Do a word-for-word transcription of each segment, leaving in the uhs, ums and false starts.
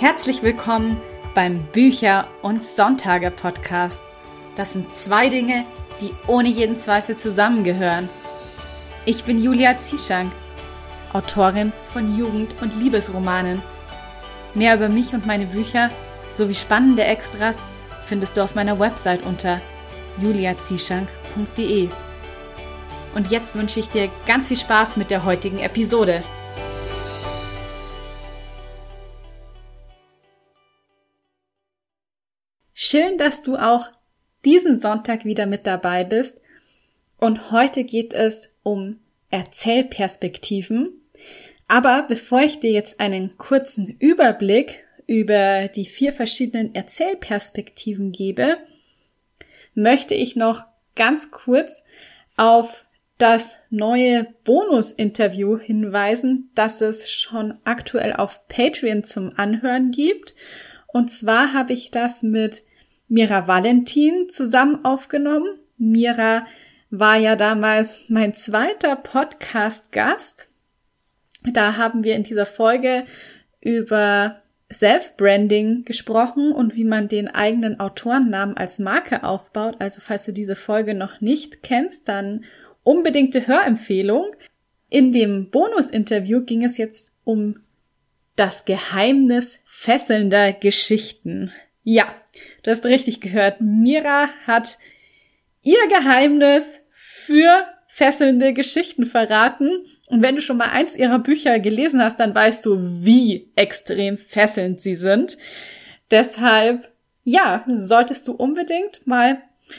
Herzlich willkommen beim Bücher- und Sonntage-Podcast. Das sind zwei Dinge, die ohne jeden Zweifel zusammengehören. Ich bin Julia Zieschank, Autorin von Jugend- und Liebesromanen. Mehr über mich und meine Bücher sowie spannende Extras findest du auf meiner Website unter julia zieschank punkt de. Und jetzt wünsche ich dir ganz viel Spaß mit der heutigen Episode. Schön, dass du auch diesen Sonntag wieder mit dabei bist. Und heute geht es um Erzählperspektiven. Aber bevor ich dir jetzt einen kurzen Überblick über die vier verschiedenen Erzählperspektiven gebe, möchte ich noch ganz kurz auf das neue Bonus-Interview hinweisen, das es schon aktuell auf Patreon zum Anhören gibt. Und zwar habe ich das mit Mira Valentin zusammen aufgenommen. Mira war ja damals mein zweiter Podcast-Gast. Da haben wir in dieser Folge über Self-Branding gesprochen und wie man den eigenen Autorennamen als Marke aufbaut. Also falls du diese Folge noch nicht kennst, dann unbedingte Hörempfehlung. In dem Bonus-Interview ging es jetzt um das Geheimnis fesselnder Geschichten. Ja, du hast richtig gehört. Mira hat ihr Geheimnis für fesselnde Geschichten verraten. Und wenn du schon mal eins ihrer Bücher gelesen hast, dann weißt du, wie extrem fesselnd sie sind. Deshalb, ja, solltest du unbedingt mal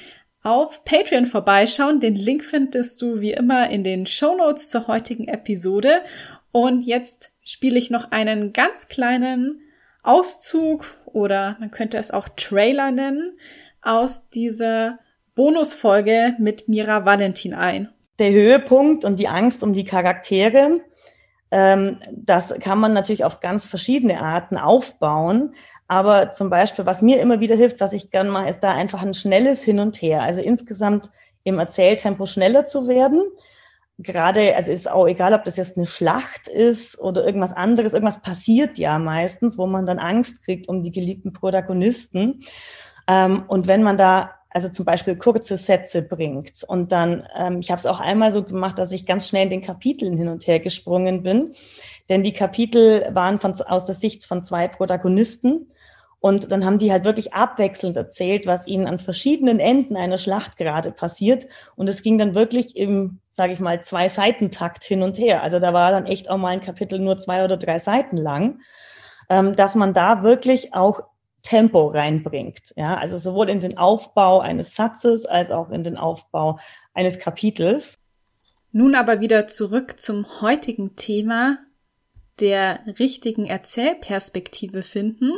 auf Patreon vorbeischauen. Den Link findest du wie immer in den Shownotes zur heutigen Episode. Und jetzt spiele ich noch einen ganz kleinen Auszug oder man könnte es auch Trailer nennen, aus dieser Bonusfolge mit Mira Valentin ein. Der Höhepunkt und die Angst um die Charaktere, ähm, das kann man natürlich auf ganz verschiedene Arten aufbauen. Aber zum Beispiel, was mir immer wieder hilft, was ich gerne mache, ist da einfach ein schnelles Hin und Her. Also insgesamt im Erzähltempo schneller zu werden. Gerade, also ist auch egal, ob das jetzt eine Schlacht ist oder irgendwas anderes, irgendwas passiert ja meistens, wo man dann Angst kriegt um die geliebten Protagonisten. Ähm, und wenn man da also zum Beispiel kurze Sätze bringt und dann, ähm, ich habe es auch einmal so gemacht, dass ich ganz schnell in den Kapiteln hin und her gesprungen bin, denn die Kapitel waren von, aus der Sicht von zwei Protagonisten. Und dann haben die halt wirklich abwechselnd erzählt, was ihnen an verschiedenen Enden einer Schlacht gerade passiert. Und es ging dann wirklich im, sage ich mal, Zwei-Seiten-Takt hin und her. Also da war dann echt auch mal ein Kapitel nur zwei oder drei Seiten lang, ähm, dass man da wirklich auch Tempo reinbringt. Ja, also sowohl in den Aufbau eines Satzes als auch in den Aufbau eines Kapitels. Nun aber wieder zurück zum heutigen Thema der richtigen Erzählperspektive finden.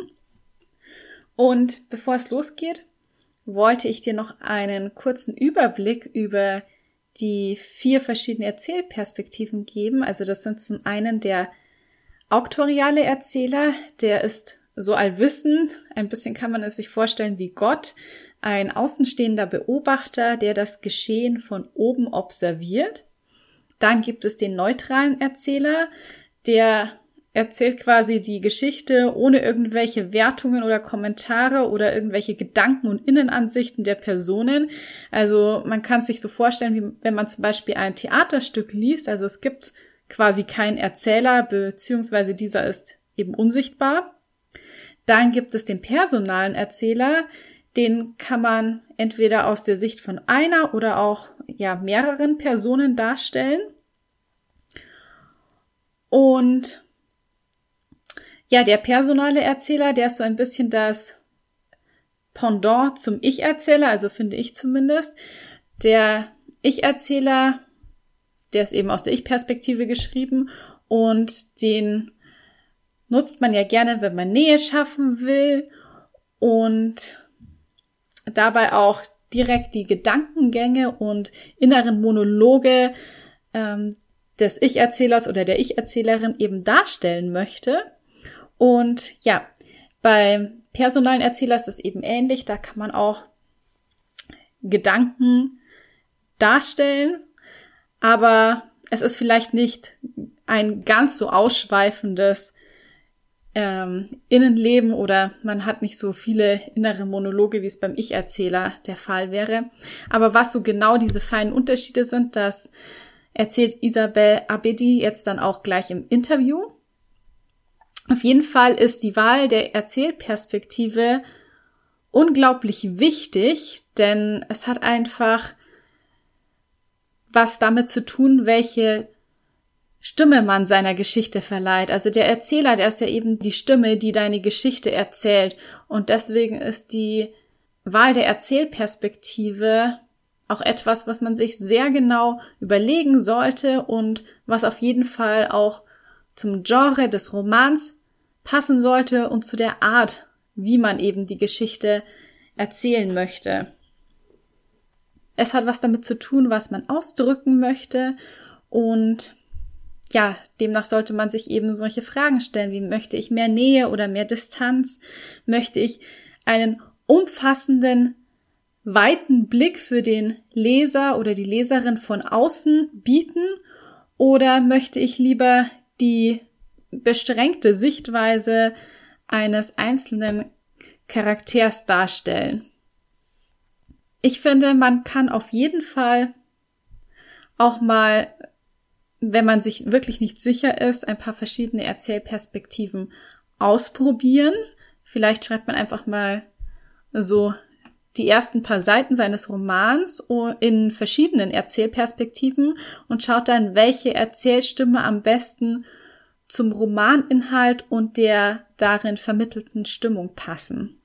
Und bevor es losgeht, wollte ich dir noch einen kurzen Überblick über die vier verschiedenen Erzählperspektiven geben. Also das sind zum einen der auktoriale Erzähler, der ist so allwissend, ein bisschen kann man es sich vorstellen wie Gott, ein außenstehender Beobachter, der das Geschehen von oben observiert. Dann gibt es den neutralen Erzähler, der erzählt quasi die Geschichte ohne irgendwelche Wertungen oder Kommentare oder irgendwelche Gedanken und Innenansichten der Personen. Also man kann es sich so vorstellen, wie wenn man zum Beispiel ein Theaterstück liest. Also es gibt quasi keinen Erzähler, beziehungsweise dieser ist eben unsichtbar. Dann gibt es den personalen Erzähler, den kann man entweder aus der Sicht von einer oder auch ja mehreren Personen darstellen. Und ja, der personale Erzähler, der ist so ein bisschen das Pendant zum Ich-Erzähler, also finde ich zumindest. Der Ich-Erzähler, der ist eben aus der Ich-Perspektive geschrieben und den nutzt man ja gerne, wenn man Nähe schaffen will und dabei auch direkt die Gedankengänge und inneren Monologe ähm, des Ich-Erzählers oder der Ich-Erzählerin eben darstellen möchte. Und ja, beim personalen Erzähler ist das eben ähnlich. Da kann man auch Gedanken darstellen, aber es ist vielleicht nicht ein ganz so ausschweifendes ähm, Innenleben oder man hat nicht so viele innere Monologe, wie es beim Ich-Erzähler der Fall wäre. Aber was so genau diese feinen Unterschiede sind, das erzählt Isabel Abedi jetzt dann auch gleich im Interview. Auf jeden Fall ist die Wahl der Erzählperspektive unglaublich wichtig, denn es hat einfach was damit zu tun, welche Stimme man seiner Geschichte verleiht. Also der Erzähler, der ist ja eben die Stimme, die deine Geschichte erzählt. Und deswegen ist die Wahl der Erzählperspektive auch etwas, was man sich sehr genau überlegen sollte und was auf jeden Fall auch zum Genre des Romans passen sollte und zu der Art, wie man eben die Geschichte erzählen möchte. Es hat was damit zu tun, was man ausdrücken möchte und ja, demnach sollte man sich eben solche Fragen stellen, wie möchte ich mehr Nähe oder mehr Distanz? Möchte ich einen umfassenden, weiten Blick für den Leser oder die Leserin von außen bieten oder möchte ich lieber die beschränkte Sichtweise eines einzelnen Charakters darstellen? Ich finde, man kann auf jeden Fall auch mal, wenn man sich wirklich nicht sicher ist, ein paar verschiedene Erzählperspektiven ausprobieren. Vielleicht schreibt man einfach mal so die ersten paar Seiten seines Romans in verschiedenen Erzählperspektiven und schaut dann, welche Erzählstimme am besten zum Romaninhalt und der darin vermittelten Stimmung passen.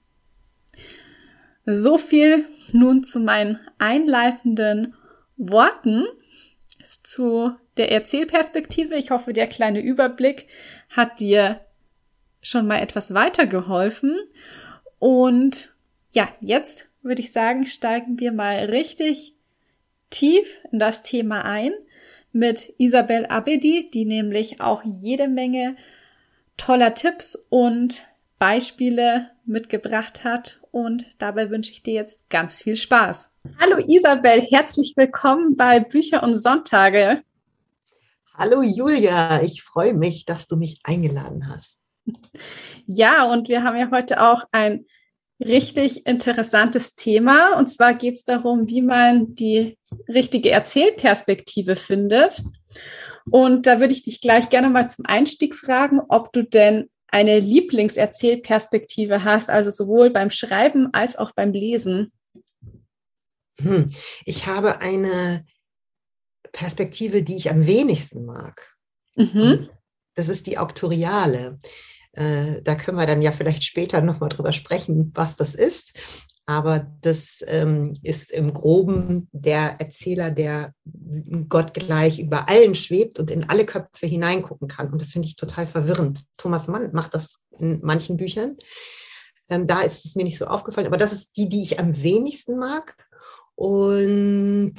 So viel nun zu meinen einleitenden Worten zu der Erzählperspektive. Ich hoffe, der kleine Überblick hat dir schon mal etwas weitergeholfen. Und ja, jetzt würde ich sagen, steigen wir mal richtig tief in das Thema ein mit Isabel Abedi, die nämlich auch jede Menge toller Tipps und Beispiele mitgebracht hat. Und dabei wünsche ich dir jetzt ganz viel Spaß. Hallo Isabel, herzlich willkommen bei Bücher und Sonntage. Hallo Julia, ich freue mich, dass du mich eingeladen hast. Ja, und wir haben ja heute auch ein richtig interessantes Thema. Und zwar geht es darum, wie man die richtige Erzählperspektive findet. Und da würde ich dich gleich gerne mal zum Einstieg fragen, ob du denn eine Lieblingserzählperspektive hast, also sowohl beim Schreiben als auch beim Lesen. Hm. Ich habe eine Perspektive, die ich am wenigsten mag. Mhm. Das ist die auktoriale. Äh, da können wir dann ja vielleicht später nochmal drüber sprechen, was das ist. Aber das ähm, ist im Groben der Erzähler, der gottgleich über allen schwebt und in alle Köpfe hineingucken kann. Und das finde ich total verwirrend. Thomas Mann macht das in manchen Büchern. Ähm, da ist es mir nicht so aufgefallen. Aber das ist die, die ich am wenigsten mag. Und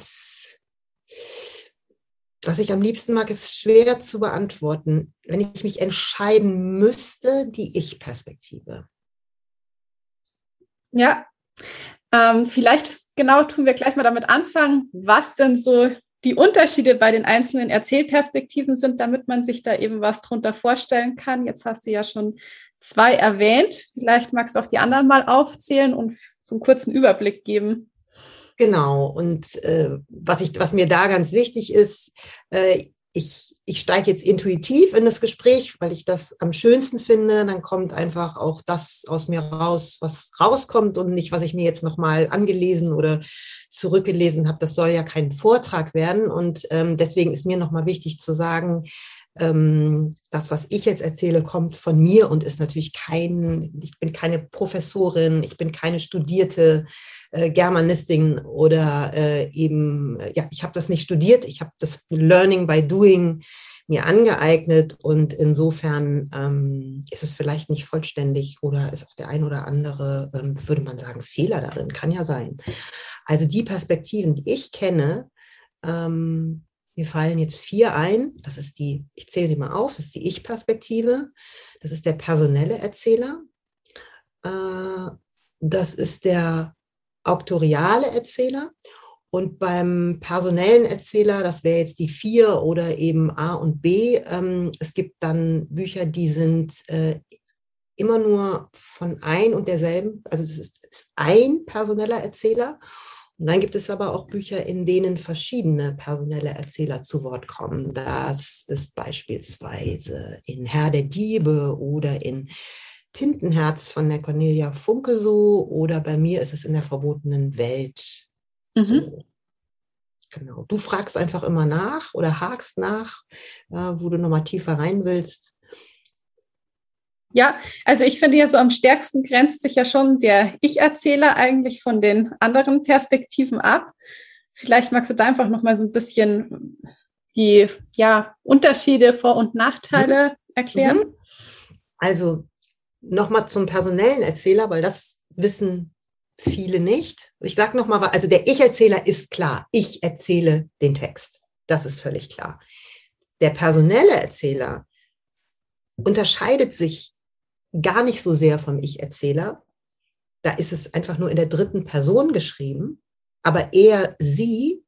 was ich am liebsten mag, ist schwer zu beantworten. Wenn ich mich entscheiden müsste, die Ich-Perspektive. Ja, ähm, vielleicht genau tun wir gleich mal damit anfangen, was denn so die Unterschiede bei den einzelnen Erzählperspektiven sind, damit man sich da eben was drunter vorstellen kann. Jetzt hast du ja schon zwei erwähnt. Vielleicht magst du auch die anderen mal aufzählen und so einen kurzen Überblick geben. Genau, und äh, was, ich, was mir da ganz wichtig ist, äh, ich, ich steige jetzt intuitiv in das Gespräch, weil ich das am schönsten finde. Dann kommt einfach auch das aus mir raus, was rauskommt und nicht, was ich mir jetzt nochmal angelesen oder zurückgelesen habe. Das soll ja kein Vortrag werden und ähm, deswegen ist mir nochmal wichtig zu sagen, ähm, das, was ich jetzt erzähle, kommt von mir und ist natürlich kein, ich bin keine Professorin, ich bin keine studierte äh, Germanistin oder äh, eben, ja, ich habe das nicht studiert, ich habe das Learning by Doing mir angeeignet und insofern ähm, ist es vielleicht nicht vollständig oder ist auch der ein oder andere, ähm, würde man sagen, Fehler darin, kann ja sein. Also die Perspektiven, die ich kenne, ähm, mir fallen jetzt vier ein. Das ist die, ich zähle sie mal auf, das ist die Ich-Perspektive. Das ist der personelle Erzähler. Äh, das ist der auktoriale Erzähler. Und beim personellen Erzähler, das wäre jetzt die vier oder eben A und B. Ähm, es gibt dann Bücher, die sind äh, immer nur von ein und derselben, also das ist, ist ein personeller Erzähler. Und dann gibt es aber auch Bücher, in denen verschiedene personelle Erzähler zu Wort kommen. Das ist beispielsweise in Herr der Diebe oder in Tintenherz von der Cornelia Funke so, oder bei mir ist es in der verbotenen Welt so. Mhm. Genau. Du fragst einfach immer nach oder hakst nach, äh, wo du nochmal tiefer rein willst. Ja, also ich finde ja so am stärksten grenzt sich ja schon der Ich-Erzähler eigentlich von den anderen Perspektiven ab. Vielleicht magst du da einfach nochmal so ein bisschen die ja, Unterschiede, Vor- und Nachteile mhm. erklären. Mhm. Also nochmal zum personellen Erzähler, weil das wissen viele nicht. Ich sage nochmal, also der Ich-Erzähler ist klar. Ich erzähle den Text. Das ist völlig klar. Der personelle Erzähler unterscheidet sich gar nicht so sehr vom Ich-Erzähler. Da ist es einfach nur in der dritten Person geschrieben. Aber er, sie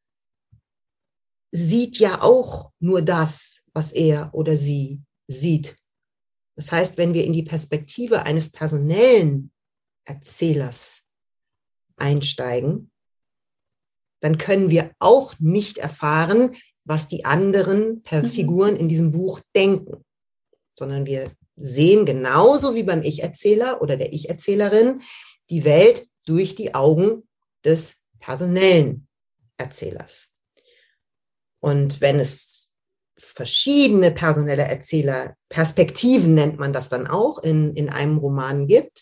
sieht ja auch nur das, was er oder sie sieht. Das heißt, wenn wir in die Perspektive eines personellen Erzählers einsteigen, dann können wir auch nicht erfahren, was die anderen mhm. Figuren in diesem Buch denken, sondern wir sehen genauso wie beim Ich-Erzähler oder der Ich-Erzählerin die Welt durch die Augen des personellen Erzählers. Und wenn es verschiedene personelle Erzähler, Perspektiven nennt man das dann auch, in, in einem Roman gibt,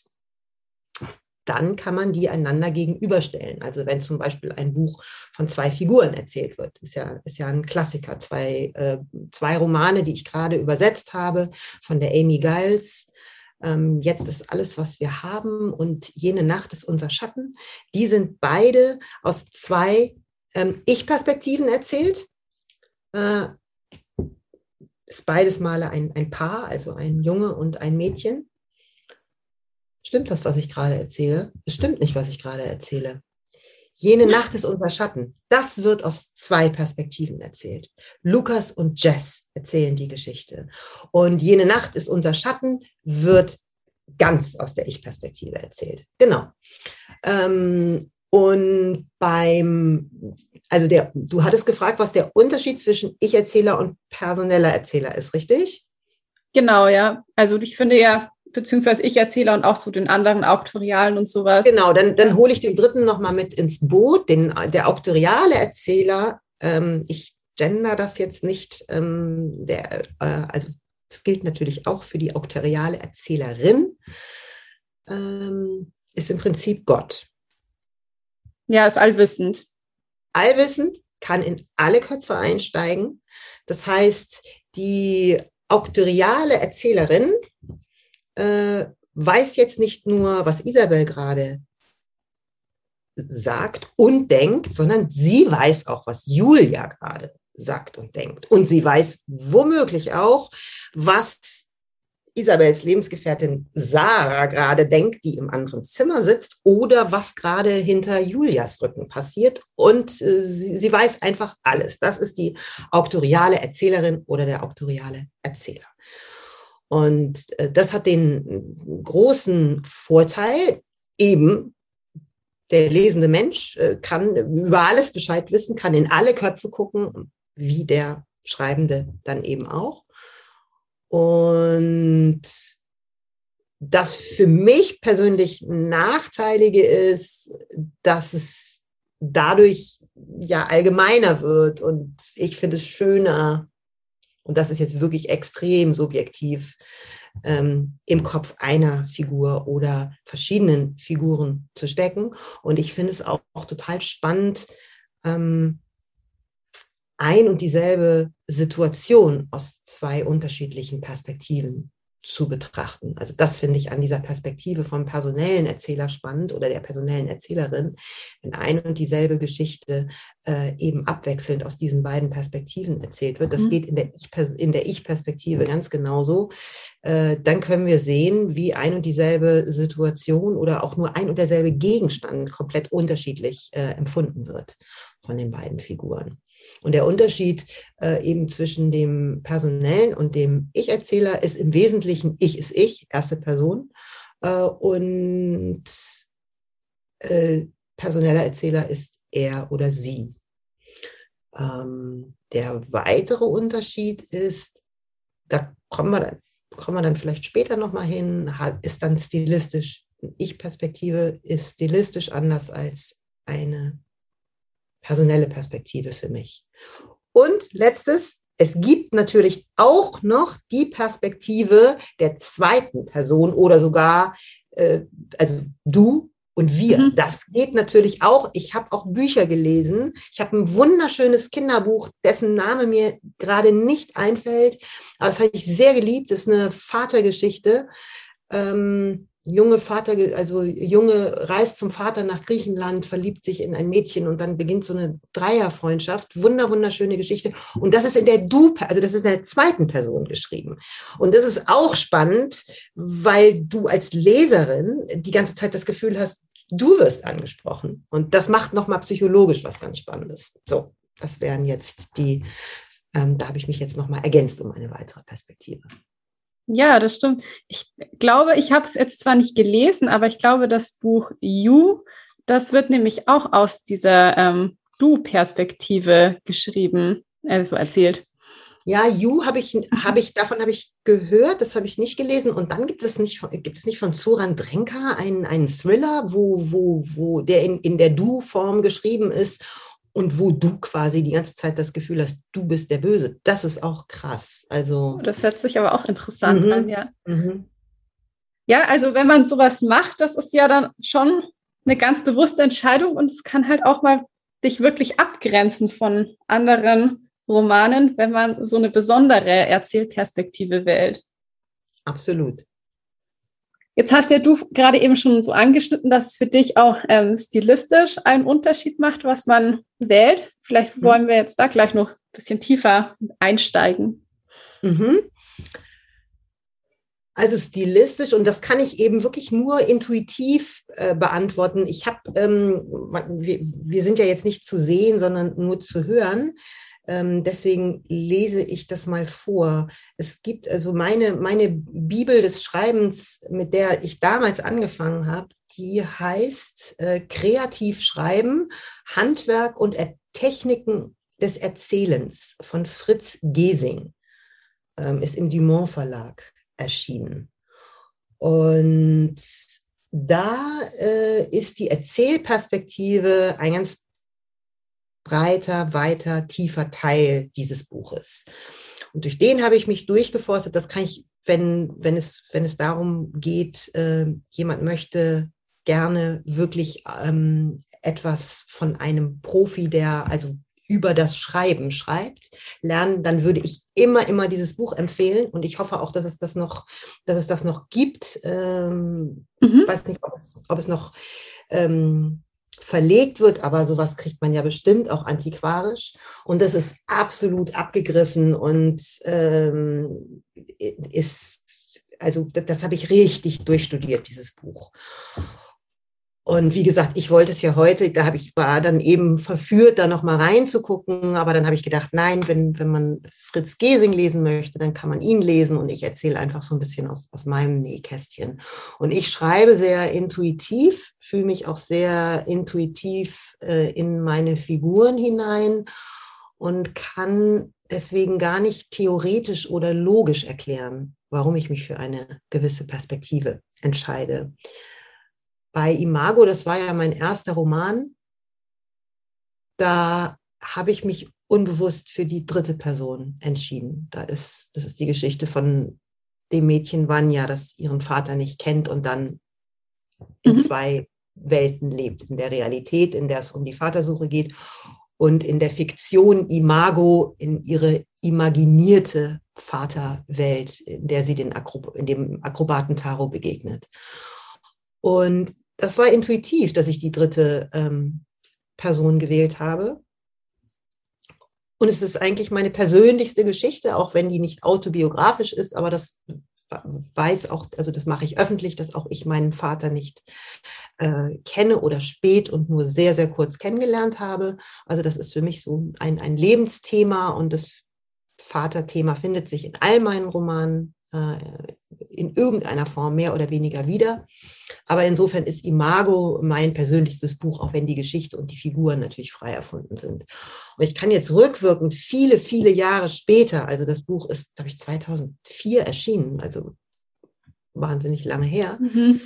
dann kann man die einander gegenüberstellen. Also wenn zum Beispiel ein Buch von zwei Figuren erzählt wird, ist ja, ist ja ein Klassiker. Zwei, äh, zwei Romane, die ich gerade übersetzt habe, von der Amy Giles. Ähm, Jetzt ist alles, was wir haben, und Jene Nacht ist unser Schatten. Die sind beide aus zwei ähm, Ich-Perspektiven erzählt. Äh, ist beides Male ein, ein Paar, also ein Junge und ein Mädchen. Stimmt das, was ich gerade erzähle? Es stimmt nicht, was ich gerade erzähle. Jene Nacht ist unser Schatten. Das wird aus zwei Perspektiven erzählt. Lukas und Jess erzählen die Geschichte. Und Jene Nacht ist unser Schatten wird ganz aus der Ich-Perspektive erzählt. Genau. Ähm, und beim, also der, du hattest gefragt, was der Unterschied zwischen Ich-Erzähler und personeller Erzähler ist, richtig? Genau, ja. Also ich finde ja, beziehungsweise Ich-Erzähler und auch so den anderen Auktorialen und sowas. Genau, dann, dann hole ich den dritten nochmal mit ins Boot. Den, der auktoriale Erzähler, ähm, ich gender das jetzt nicht, ähm, der, äh, also das gilt natürlich auch für die auktoriale Erzählerin, ähm, ist im Prinzip Gott. Ja, ist allwissend. Allwissend, kann in alle Köpfe einsteigen. Das heißt, die auktoriale Erzählerin äh, weiß jetzt nicht nur, was Isabel gerade sagt und denkt, sondern sie weiß auch, was Julia gerade sagt und denkt. Und sie weiß womöglich auch, was Isabels Lebensgefährtin Sarah gerade denkt, die im anderen Zimmer sitzt, oder was gerade hinter Julias Rücken passiert. Und äh, sie, sie weiß einfach alles. Das ist die auktoriale Erzählerin oder der auktoriale Erzähler. Und äh, das hat den großen Vorteil, eben der lesende Mensch äh, kann über alles Bescheid wissen, kann in alle Köpfe gucken, wie der Schreibende dann eben auch. Und das für mich persönlich Nachteilige ist, dass es dadurch ja allgemeiner wird, und ich finde es schöner, und das ist jetzt wirklich extrem subjektiv, ähm, im Kopf einer Figur oder verschiedenen Figuren zu stecken. Und ich finde es auch, auch total spannend, ähm, ein und dieselbe Situation aus zwei unterschiedlichen Perspektiven zu betrachten. Also das finde ich an dieser Perspektive vom personellen Erzähler spannend oder der personellen Erzählerin, wenn ein und dieselbe Geschichte äh, eben abwechselnd aus diesen beiden Perspektiven erzählt wird. Das mhm. geht in der Ich, in der Ich-Perspektive ganz genauso. Äh, dann können wir sehen, wie ein und dieselbe Situation oder auch nur ein und derselbe Gegenstand komplett unterschiedlich äh, empfunden wird von den beiden Figuren. Und der Unterschied äh, eben zwischen dem Personellen und dem Ich-Erzähler ist im Wesentlichen Ich ist Ich, erste Person. Äh, und äh, personeller Erzähler ist er oder sie. Ähm, der weitere Unterschied ist, da kommen wir dann, kommen wir dann vielleicht später nochmal hin, hat, ist dann stilistisch. Ich-Perspektive ist stilistisch anders als eine personelle Perspektive für mich. Und letztes, es gibt natürlich auch noch die Perspektive der zweiten Person oder sogar, äh, also du und wir. Mhm. Das geht natürlich auch. Ich habe auch Bücher gelesen. Ich habe ein wunderschönes Kinderbuch, dessen Name mir gerade nicht einfällt, aber das habe ich sehr geliebt. Das ist eine Vatergeschichte. Ähm, junge Vater, also Junge reist zum Vater nach Griechenland, verliebt sich in ein Mädchen und dann beginnt so eine Dreierfreundschaft. Wunder, wunderschöne Geschichte. Und das ist in der Du, also das ist in der zweiten Person geschrieben. Und das ist auch spannend, weil du als Leserin die ganze Zeit das Gefühl hast, du wirst angesprochen. Und das macht nochmal psychologisch was ganz Spannendes. So, das wären jetzt die, ähm, da habe ich mich jetzt nochmal ergänzt um eine weitere Perspektive. Ja, das stimmt. Ich glaube, ich habe es jetzt zwar nicht gelesen, aber ich glaube, das Buch You, das wird nämlich auch aus dieser ähm, Du-Perspektive geschrieben, also erzählt. Ja, You habe ich, habe ich, davon habe ich gehört, das habe ich nicht gelesen. Und dann gibt es nicht, gibt es nicht von Zoran Drenka einen, einen Thriller, wo, wo, wo der in, in der Du-Form geschrieben ist und wo du quasi die ganze Zeit das Gefühl hast, du bist der Böse. Das ist auch krass. Also das hört sich aber auch interessant mhm, an, ja. Mhm. Ja, also wenn man sowas macht, das ist ja dann schon eine ganz bewusste Entscheidung und es kann halt auch mal dich wirklich abgrenzen von anderen Romanen, wenn man so eine besondere Erzählperspektive wählt. Absolut. Jetzt hast ja du gerade eben schon so angeschnitten, dass es für dich auch ähm, stilistisch einen Unterschied macht, was man wählt. Vielleicht wollen wir jetzt da gleich noch ein bisschen tiefer einsteigen. Mhm. Also stilistisch, und das kann ich eben wirklich nur intuitiv äh, beantworten. Ich habe, ähm, wir, wir sind ja jetzt nicht zu sehen, sondern nur zu hören. Ähm, deswegen lese ich das mal vor. Es gibt also meine, meine Bibel des Schreibens, mit der ich damals angefangen habe, die heißt äh, Kreativ schreiben, Handwerk und er- Techniken des Erzählens von Fritz Gesing. Ähm, ist im Dumont Verlag erschienen. Und da äh, ist die Erzählperspektive ein ganz breiter, weiter, tiefer Teil dieses Buches. Und durch den habe ich mich durchgeforstet. Das kann ich, wenn, wenn, es, wenn es darum geht, äh, jemand möchte gerne wirklich ähm, etwas von einem Profi, der also über das Schreiben schreibt, lernen, dann würde ich immer, immer dieses Buch empfehlen. Und ich hoffe auch, dass es das noch, dass es das noch gibt. Ähm, mhm. Ich weiß nicht, ob es, ob es noch ähm, verlegt wird, aber sowas kriegt man ja bestimmt auch antiquarisch. Und das ist absolut abgegriffen und ähm, ist, also das, das habe ich richtig durchstudiert, dieses Buch. Und wie gesagt, ich wollte es ja heute, da habe ich, war dann eben verführt, da nochmal reinzugucken, aber dann habe ich gedacht, nein, wenn, wenn man Fritz Gesing lesen möchte, dann kann man ihn lesen und ich erzähle einfach so ein bisschen aus, aus meinem Nähkästchen. Und ich schreibe sehr intuitiv, fühle mich auch sehr intuitiv äh, in meine Figuren hinein und kann deswegen gar nicht theoretisch oder logisch erklären, warum ich mich für eine gewisse Perspektive entscheide. Bei Imago, das war ja mein erster Roman, da habe ich mich unbewusst für die dritte Person entschieden. Da ist, das ist die Geschichte von dem Mädchen Vanya, das ihren Vater nicht kennt und dann in mhm. zwei Welten lebt. In der Realität, in der es um die Vatersuche geht, und in der Fiktion Imago, in ihre imaginierte Vaterwelt, in der sie den Akro- in dem Akrobaten-Tarot begegnet. Und das war intuitiv, dass ich die dritte ähm, Person gewählt habe. Und es ist eigentlich meine persönlichste Geschichte, auch wenn die nicht autobiografisch ist, aber das weiß auch, also das mache ich öffentlich, dass auch ich meinen Vater nicht äh, kenne oder spät und nur sehr, sehr kurz kennengelernt habe. Also das ist für mich so ein, ein Lebensthema und das Vaterthema findet sich in all meinen Romanen äh, in irgendeiner Form mehr oder weniger wieder. Aber insofern ist Imago mein persönlichstes Buch, auch wenn die Geschichte und die Figuren natürlich frei erfunden sind. Und ich kann jetzt rückwirkend viele, viele Jahre später, also das Buch ist, glaube ich, zweitausendvier erschienen, also wahnsinnig lange her, Mhm.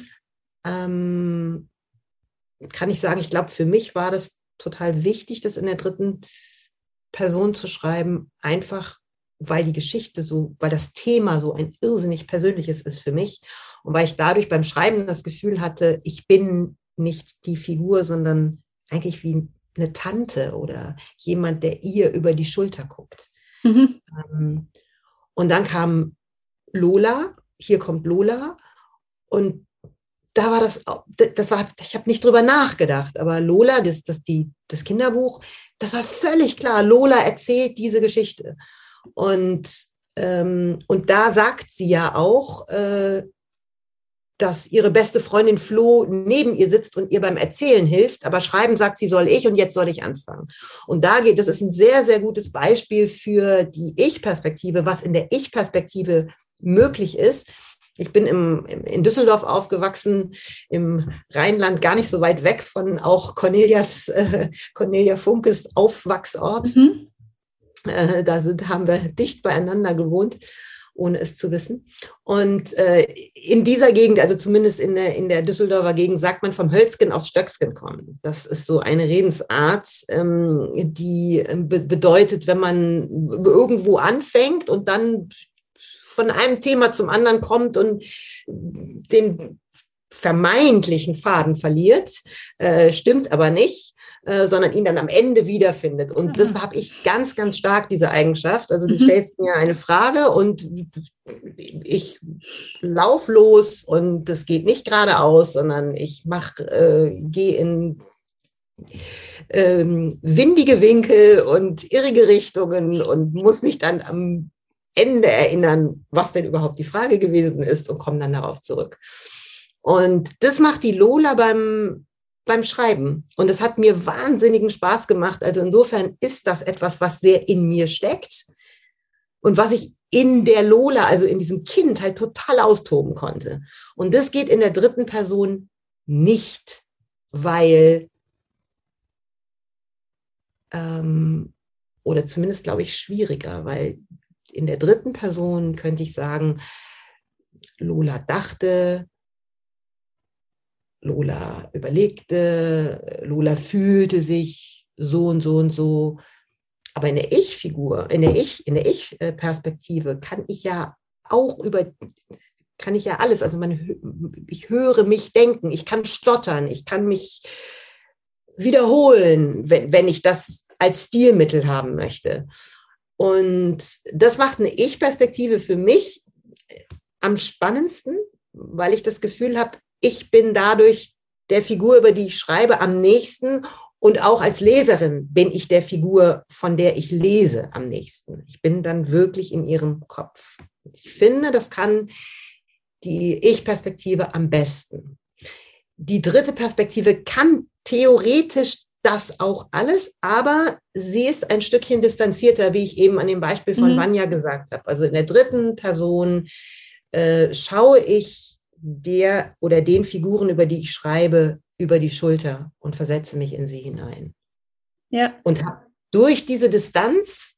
ähm, kann ich sagen, ich glaube, für mich war das total wichtig, das in der dritten Person zu schreiben, einfach weil die Geschichte so, weil das Thema so ein irrsinnig persönliches ist für mich und weil ich dadurch beim Schreiben das Gefühl hatte, ich bin nicht die Figur, sondern eigentlich wie eine Tante oder jemand, der ihr über die Schulter guckt. Mhm. Und dann kam Lola, hier kommt Lola und da war das, das war, ich habe nicht drüber nachgedacht, aber Lola, das, das, die, das Kinderbuch, das war völlig klar, Lola erzählt diese Geschichte. Und, ähm, und da sagt sie ja auch, äh, dass ihre beste Freundin Flo neben ihr sitzt und ihr beim Erzählen hilft, aber schreiben sagt sie, soll ich und jetzt soll ich anfangen. Und da geht, das ist ein sehr, sehr gutes Beispiel für die Ich-Perspektive, was in der Ich-Perspektive möglich ist. Ich bin im, in Düsseldorf aufgewachsen, im Rheinland, gar nicht so weit weg von auch Cornelias, äh, Cornelia Funkes Aufwachsort. Mhm. Äh, da sind, haben wir dicht beieinander gewohnt, ohne es zu wissen. Und äh, in dieser Gegend, also zumindest in der, in der Düsseldorfer Gegend, sagt man vom Hölzgen aufs Stöcksken kommen. Das ist so eine Redensart, ähm, die be- bedeutet, wenn man irgendwo anfängt und dann von einem Thema zum anderen kommt und den vermeintlichen Faden verliert, äh, stimmt aber nicht, äh, sondern ihn dann am Ende wiederfindet. Und das habe ich ganz, ganz stark, diese Eigenschaft. Also du Mhm. stellst mir eine Frage und ich lauf los und das geht nicht geradeaus, sondern ich mach, äh, gehe in ähm, windige Winkel und irrige Richtungen und muss mich dann am Ende erinnern, was denn überhaupt die Frage gewesen ist und komme dann darauf zurück. Und das macht die Lola beim, beim Schreiben. Und es hat mir wahnsinnigen Spaß gemacht. Also insofern ist das etwas, was sehr in mir steckt und was ich in der Lola, also in diesem Kind, halt total austoben konnte. Und das geht in der dritten Person nicht, weil, ähm, oder zumindest glaube ich schwieriger, weil in der dritten Person könnte ich sagen, Lola dachte, Lola überlegte, Lola fühlte sich so und so und so. Aber in der Ich-Figur, in der Ich, in der Ich-Perspektive kann ich ja auch über, kann ich ja alles, also man, ich höre mich denken, ich kann stottern, ich kann mich wiederholen, wenn, wenn ich das als Stilmittel haben möchte. Und das macht eine Ich-Perspektive für mich am spannendsten, weil ich das Gefühl habe, ich bin dadurch der Figur, über die ich schreibe, am nächsten und auch als Leserin bin ich der Figur, von der ich lese, am nächsten. Ich bin dann wirklich in ihrem Kopf. Ich finde, das kann die Ich-Perspektive am besten. Die dritte Perspektive kann theoretisch das auch alles, aber sie ist ein Stückchen distanzierter, wie ich eben an dem Beispiel von mhm. Vanya gesagt habe. Also in der dritten Person äh, schaue ich der oder den Figuren, über die ich schreibe, über die Schulter und versetze mich in sie hinein. Ja. Und habe durch diese Distanz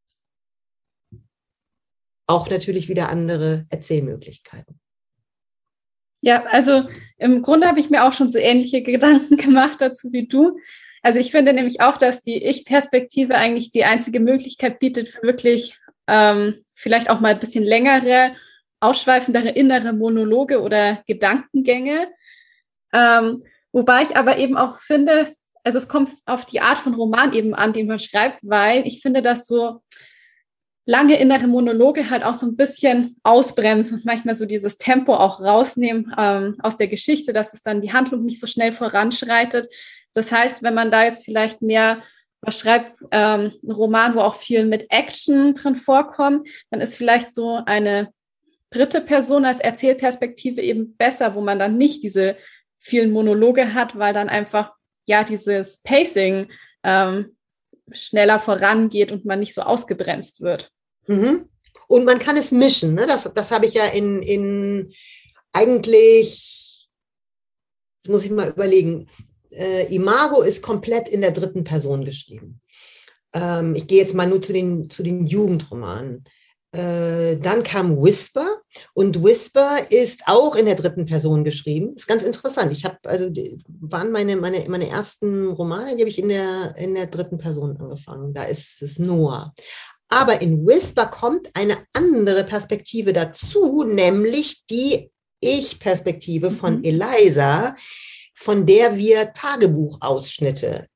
auch natürlich wieder andere Erzählmöglichkeiten. Ja, also im Grunde habe ich mir auch schon so ähnliche Gedanken gemacht dazu wie du. Also ich finde nämlich auch, dass die Ich-Perspektive eigentlich die einzige Möglichkeit bietet für wirklich ähm, vielleicht auch mal ein bisschen längere, ausschweifendere innere Monologe oder Gedankengänge. Ähm, wobei ich aber eben auch finde, also es kommt auf die Art von Roman eben an, den man schreibt, weil ich finde, dass so lange innere Monologe halt auch so ein bisschen ausbremsen und manchmal so dieses Tempo auch rausnehmen ähm, aus der Geschichte, dass es dann die Handlung nicht so schnell voranschreitet. Das heißt, wenn man da jetzt vielleicht mehr was schreibt, ähm, ein Roman, wo auch viel mit Action drin vorkommt, dann ist vielleicht so eine dritte Person als Erzählperspektive eben besser, wo man dann nicht diese vielen Monologe hat, weil dann einfach ja dieses Pacing ähm, schneller vorangeht und man nicht so ausgebremst wird. Mhm. Und man kann es mischen, ne? Das, das habe ich ja in, in eigentlich, jetzt muss ich mal überlegen, äh, Imago ist komplett in der dritten Person geschrieben. Ähm, ich gehe jetzt mal nur zu den, zu den Jugendromanen. Äh, dann kam Whisper und Whisper ist auch in der dritten Person geschrieben. Ist ganz interessant. Ich habe, also waren meine, meine, meine ersten Romane, die habe ich in der, in der dritten Person angefangen. Da ist es Noah. Aber in Whisper kommt eine andere Perspektive dazu, nämlich die Ich-Perspektive von mhm. Eliza, von der wir Tagebuchausschnitte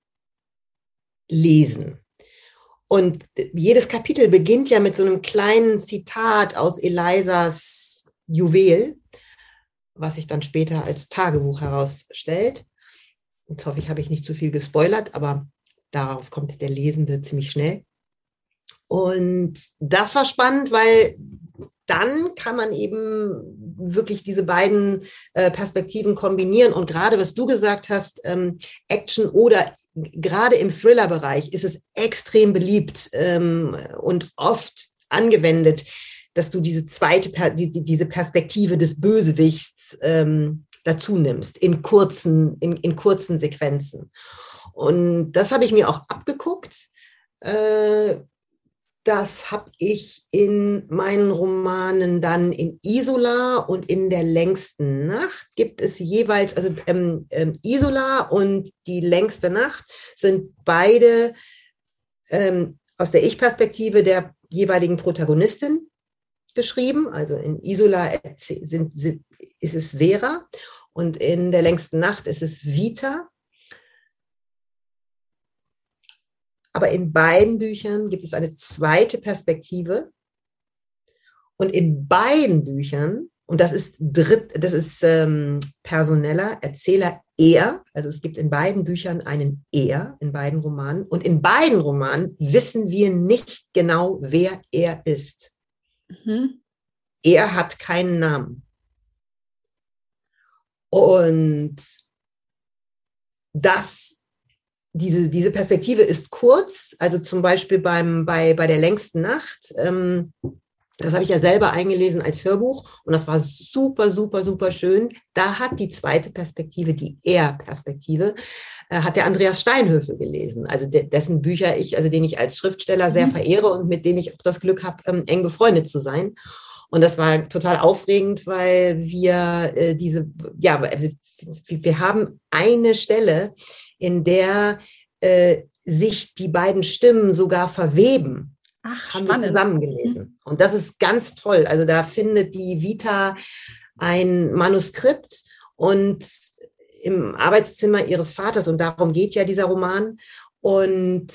lesen. Und jedes Kapitel beginnt ja mit so einem kleinen Zitat aus Elizas Juwel, was sich dann später als Tagebuch herausstellt. Jetzt hoffe ich, habe ich nicht zu viel gespoilert, aber darauf kommt der Lesende ziemlich schnell. Und das war spannend, weil dann kann man eben wirklich diese beiden äh, Perspektiven kombinieren. Und gerade, was du gesagt hast, ähm, Action oder gerade im Thriller-Bereich ist es extrem beliebt ähm, und oft angewendet, dass du diese zweite, per- die, die, diese Perspektive des Bösewichts ähm, dazu nimmst, in kurzen, in, in kurzen Sequenzen. Und das habe ich mir auch abgeguckt. Äh, Das habe ich in meinen Romanen dann in Isola und in der längsten Nacht gibt es jeweils, also ähm, ähm, Isola und die längste Nacht sind beide ähm, aus der Ich-Perspektive der jeweiligen Protagonistin geschrieben. Also in Isola sind, sind, ist es Vera und in der längsten Nacht ist es Vita. Aber in beiden Büchern gibt es eine zweite Perspektive. Und in beiden Büchern, und das ist, dritt, das ist ähm, personeller Erzähler er, also es gibt in beiden Büchern einen er, in beiden Romanen. Und in beiden Romanen wissen wir nicht genau, wer er ist. Mhm. Er hat keinen Namen. Und das Diese, diese Perspektive ist kurz, also zum Beispiel beim, bei, bei der längsten Nacht, ähm, das habe ich ja selber eingelesen als Hörbuch und das war super, super, super schön. Da hat die zweite Perspektive, die Er-Perspektive, äh, hat der Andreas Steinhöfel gelesen, also de, dessen Bücher ich, also den ich als Schriftsteller sehr verehre und mit dem ich auch das Glück habe, ähm, eng befreundet zu sein. Und das war total aufregend, weil wir äh, diese, ja, wir haben eine Stelle, in der äh, sich die beiden Stimmen sogar verweben. Ach, haben spannend. Wir zusammen gelesen. Und das ist ganz toll. Also da findet die Vita ein Manuskript und im Arbeitszimmer ihres Vaters, und darum geht ja dieser Roman, und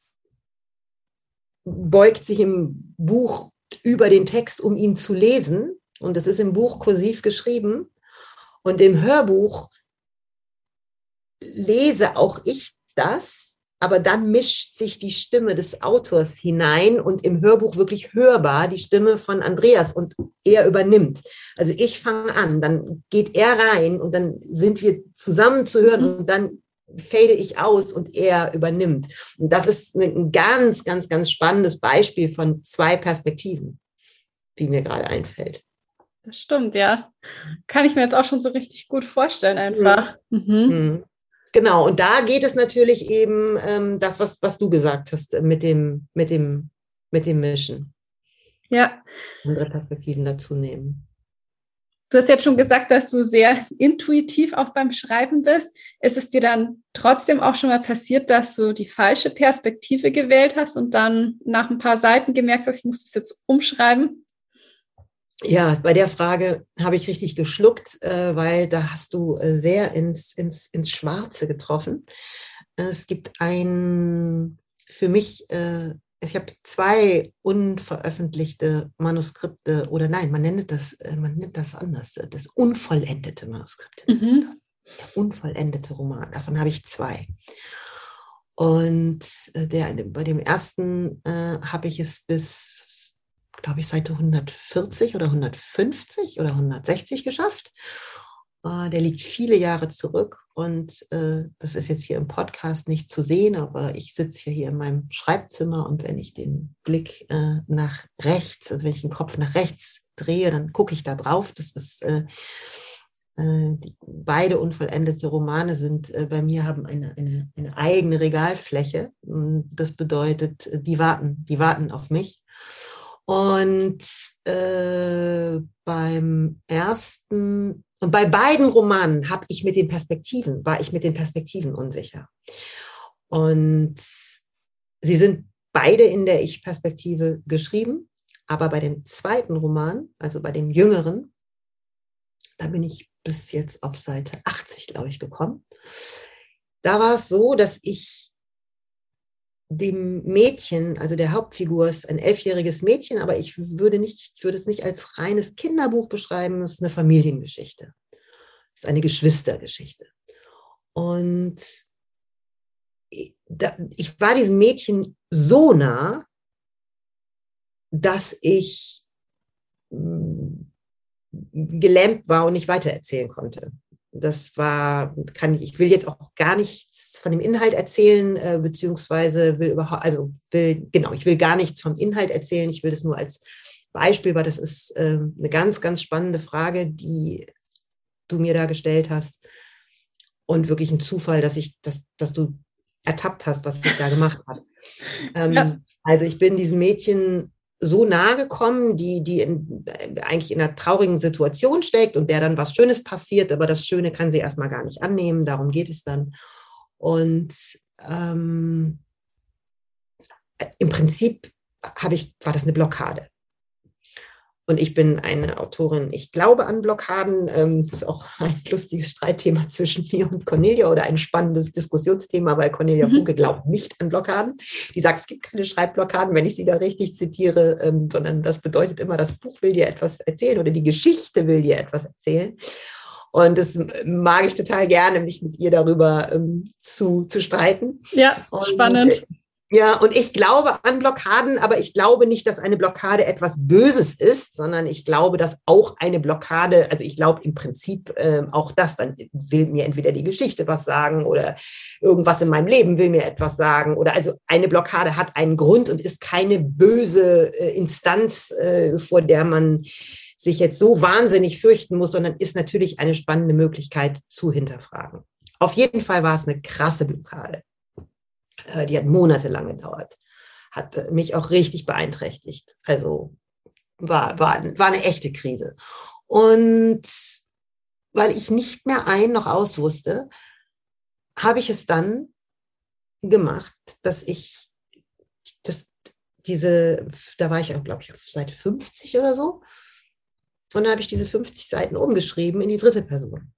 beugt sich im Buch über den Text, um ihn zu lesen. Und es ist im Buch kursiv geschrieben. Und im Hörbuch lese auch ich das, aber dann mischt sich die Stimme des Autors hinein und im Hörbuch wirklich hörbar die Stimme von Andreas und er übernimmt. Also ich fange an, dann geht er rein und dann sind wir zusammen zu hören mhm. und dann fade ich aus und er übernimmt. Und das ist ein ganz, ganz, ganz spannendes Beispiel von zwei Perspektiven, wie mir gerade einfällt. Das stimmt, ja. Kann ich mir jetzt auch schon so richtig gut vorstellen einfach. Mhm. Mhm. Genau, und da geht es natürlich eben ähm, das, was, was du gesagt hast, mit dem, mit dem, mit dem Mischen. Ja. Andere Perspektiven dazu nehmen. Du hast jetzt schon gesagt, dass du sehr intuitiv auch beim Schreiben bist. Ist es dir dann trotzdem auch schon mal passiert, dass du die falsche Perspektive gewählt hast und dann nach ein paar Seiten gemerkt hast, ich muss das jetzt umschreiben? Ja, bei der Frage habe ich richtig geschluckt, äh, weil da hast du äh, sehr ins, ins, ins Schwarze getroffen. Es gibt ein, für mich, äh, ich habe zwei unveröffentlichte Manuskripte, oder nein, man nennt das, äh, man nennt das anders, das unvollendete Manuskript. Mhm. Der unvollendete Roman, davon habe ich zwei. Und äh, der, bei dem ersten äh, habe ich es bis glaube ich, Seite hundertvierzig oder hundertfünfzig oder hundertsechzig geschafft. Uh, der liegt viele Jahre zurück und uh, das ist jetzt hier im Podcast nicht zu sehen, aber ich sitze hier in meinem Schreibzimmer und wenn ich den Blick uh, nach rechts, also wenn ich den Kopf nach rechts drehe, dann gucke ich da drauf. Das ist uh, uh, die, beide unvollendete Romane sind uh, bei mir, haben eine, eine, eine eigene Regalfläche. Das bedeutet, die warten, die warten auf mich. Und uh, beim ersten Und bei beiden Romanen habe ich mit den Perspektiven, war ich mit den Perspektiven unsicher. Und sie sind beide in der Ich-Perspektive geschrieben, aber bei dem zweiten Roman, also bei dem jüngeren, da bin ich bis jetzt auf Seite achtzig, glaube ich, gekommen. Da war es so, dass ich dem Mädchen, also der Hauptfigur ist ein elfjähriges Mädchen, aber ich würde, nicht, ich würde es nicht als reines Kinderbuch beschreiben, es ist eine Familiengeschichte. Es ist eine Geschwistergeschichte. Und ich, da, ich war diesem Mädchen so nah, dass ich mh, gelähmt war und nicht weitererzählen konnte. Das war, kann ich, ich will jetzt auch gar nichts von dem Inhalt erzählen, äh, beziehungsweise will überhaupt, also will, genau, ich will gar nichts vom Inhalt erzählen, ich will das nur als Beispiel, weil das ist äh, eine ganz, ganz spannende Frage, die du mir da gestellt hast und wirklich ein Zufall, dass ich, dass, dass du ertappt hast, was ich da gemacht habe. Ähm, ja. Also ich bin diesem Mädchen so nahe gekommen, die, die in, eigentlich in einer traurigen Situation steckt und der dann was Schönes passiert, aber das Schöne kann sie erstmal gar nicht annehmen, darum geht es dann. Und ähm, im Prinzip habe ich, war das eine Blockade. Und ich bin eine Autorin, ich glaube an Blockaden. Ähm, das ist auch ein lustiges Streitthema zwischen mir und Cornelia oder ein spannendes Diskussionsthema, weil Cornelia mhm. Funke glaubt nicht an Blockaden. Die sagt, es gibt keine Schreibblockaden, wenn ich sie da richtig zitiere, ähm, sondern das bedeutet immer, das Buch will dir etwas erzählen oder die Geschichte will dir etwas erzählen. Und das mag ich total gerne, mich mit ihr darüber ähm, zu, zu streiten. Ja, und, spannend. Ja, und ich glaube an Blockaden, aber ich glaube nicht, dass eine Blockade etwas Böses ist, sondern ich glaube, dass auch eine Blockade, also ich glaube im Prinzip äh, auch das, dann will mir entweder die Geschichte was sagen oder irgendwas in meinem Leben will mir etwas sagen oder also eine Blockade hat einen Grund und ist keine böse äh, Instanz, äh, vor der man sich jetzt so wahnsinnig fürchten muss, sondern ist natürlich eine spannende Möglichkeit zu hinterfragen. Auf jeden Fall war es eine krasse Blockade. Die hat monatelang gedauert, hat mich auch richtig beeinträchtigt. Also war, war, war eine echte Krise. Und weil ich nicht mehr ein noch aus wusste, habe ich es dann gemacht, dass ich das, diese, da war ich auch, glaube ich, auf Seite fünfzig oder so. Und dann habe ich diese fünfzig Seiten umgeschrieben in die dritte Person.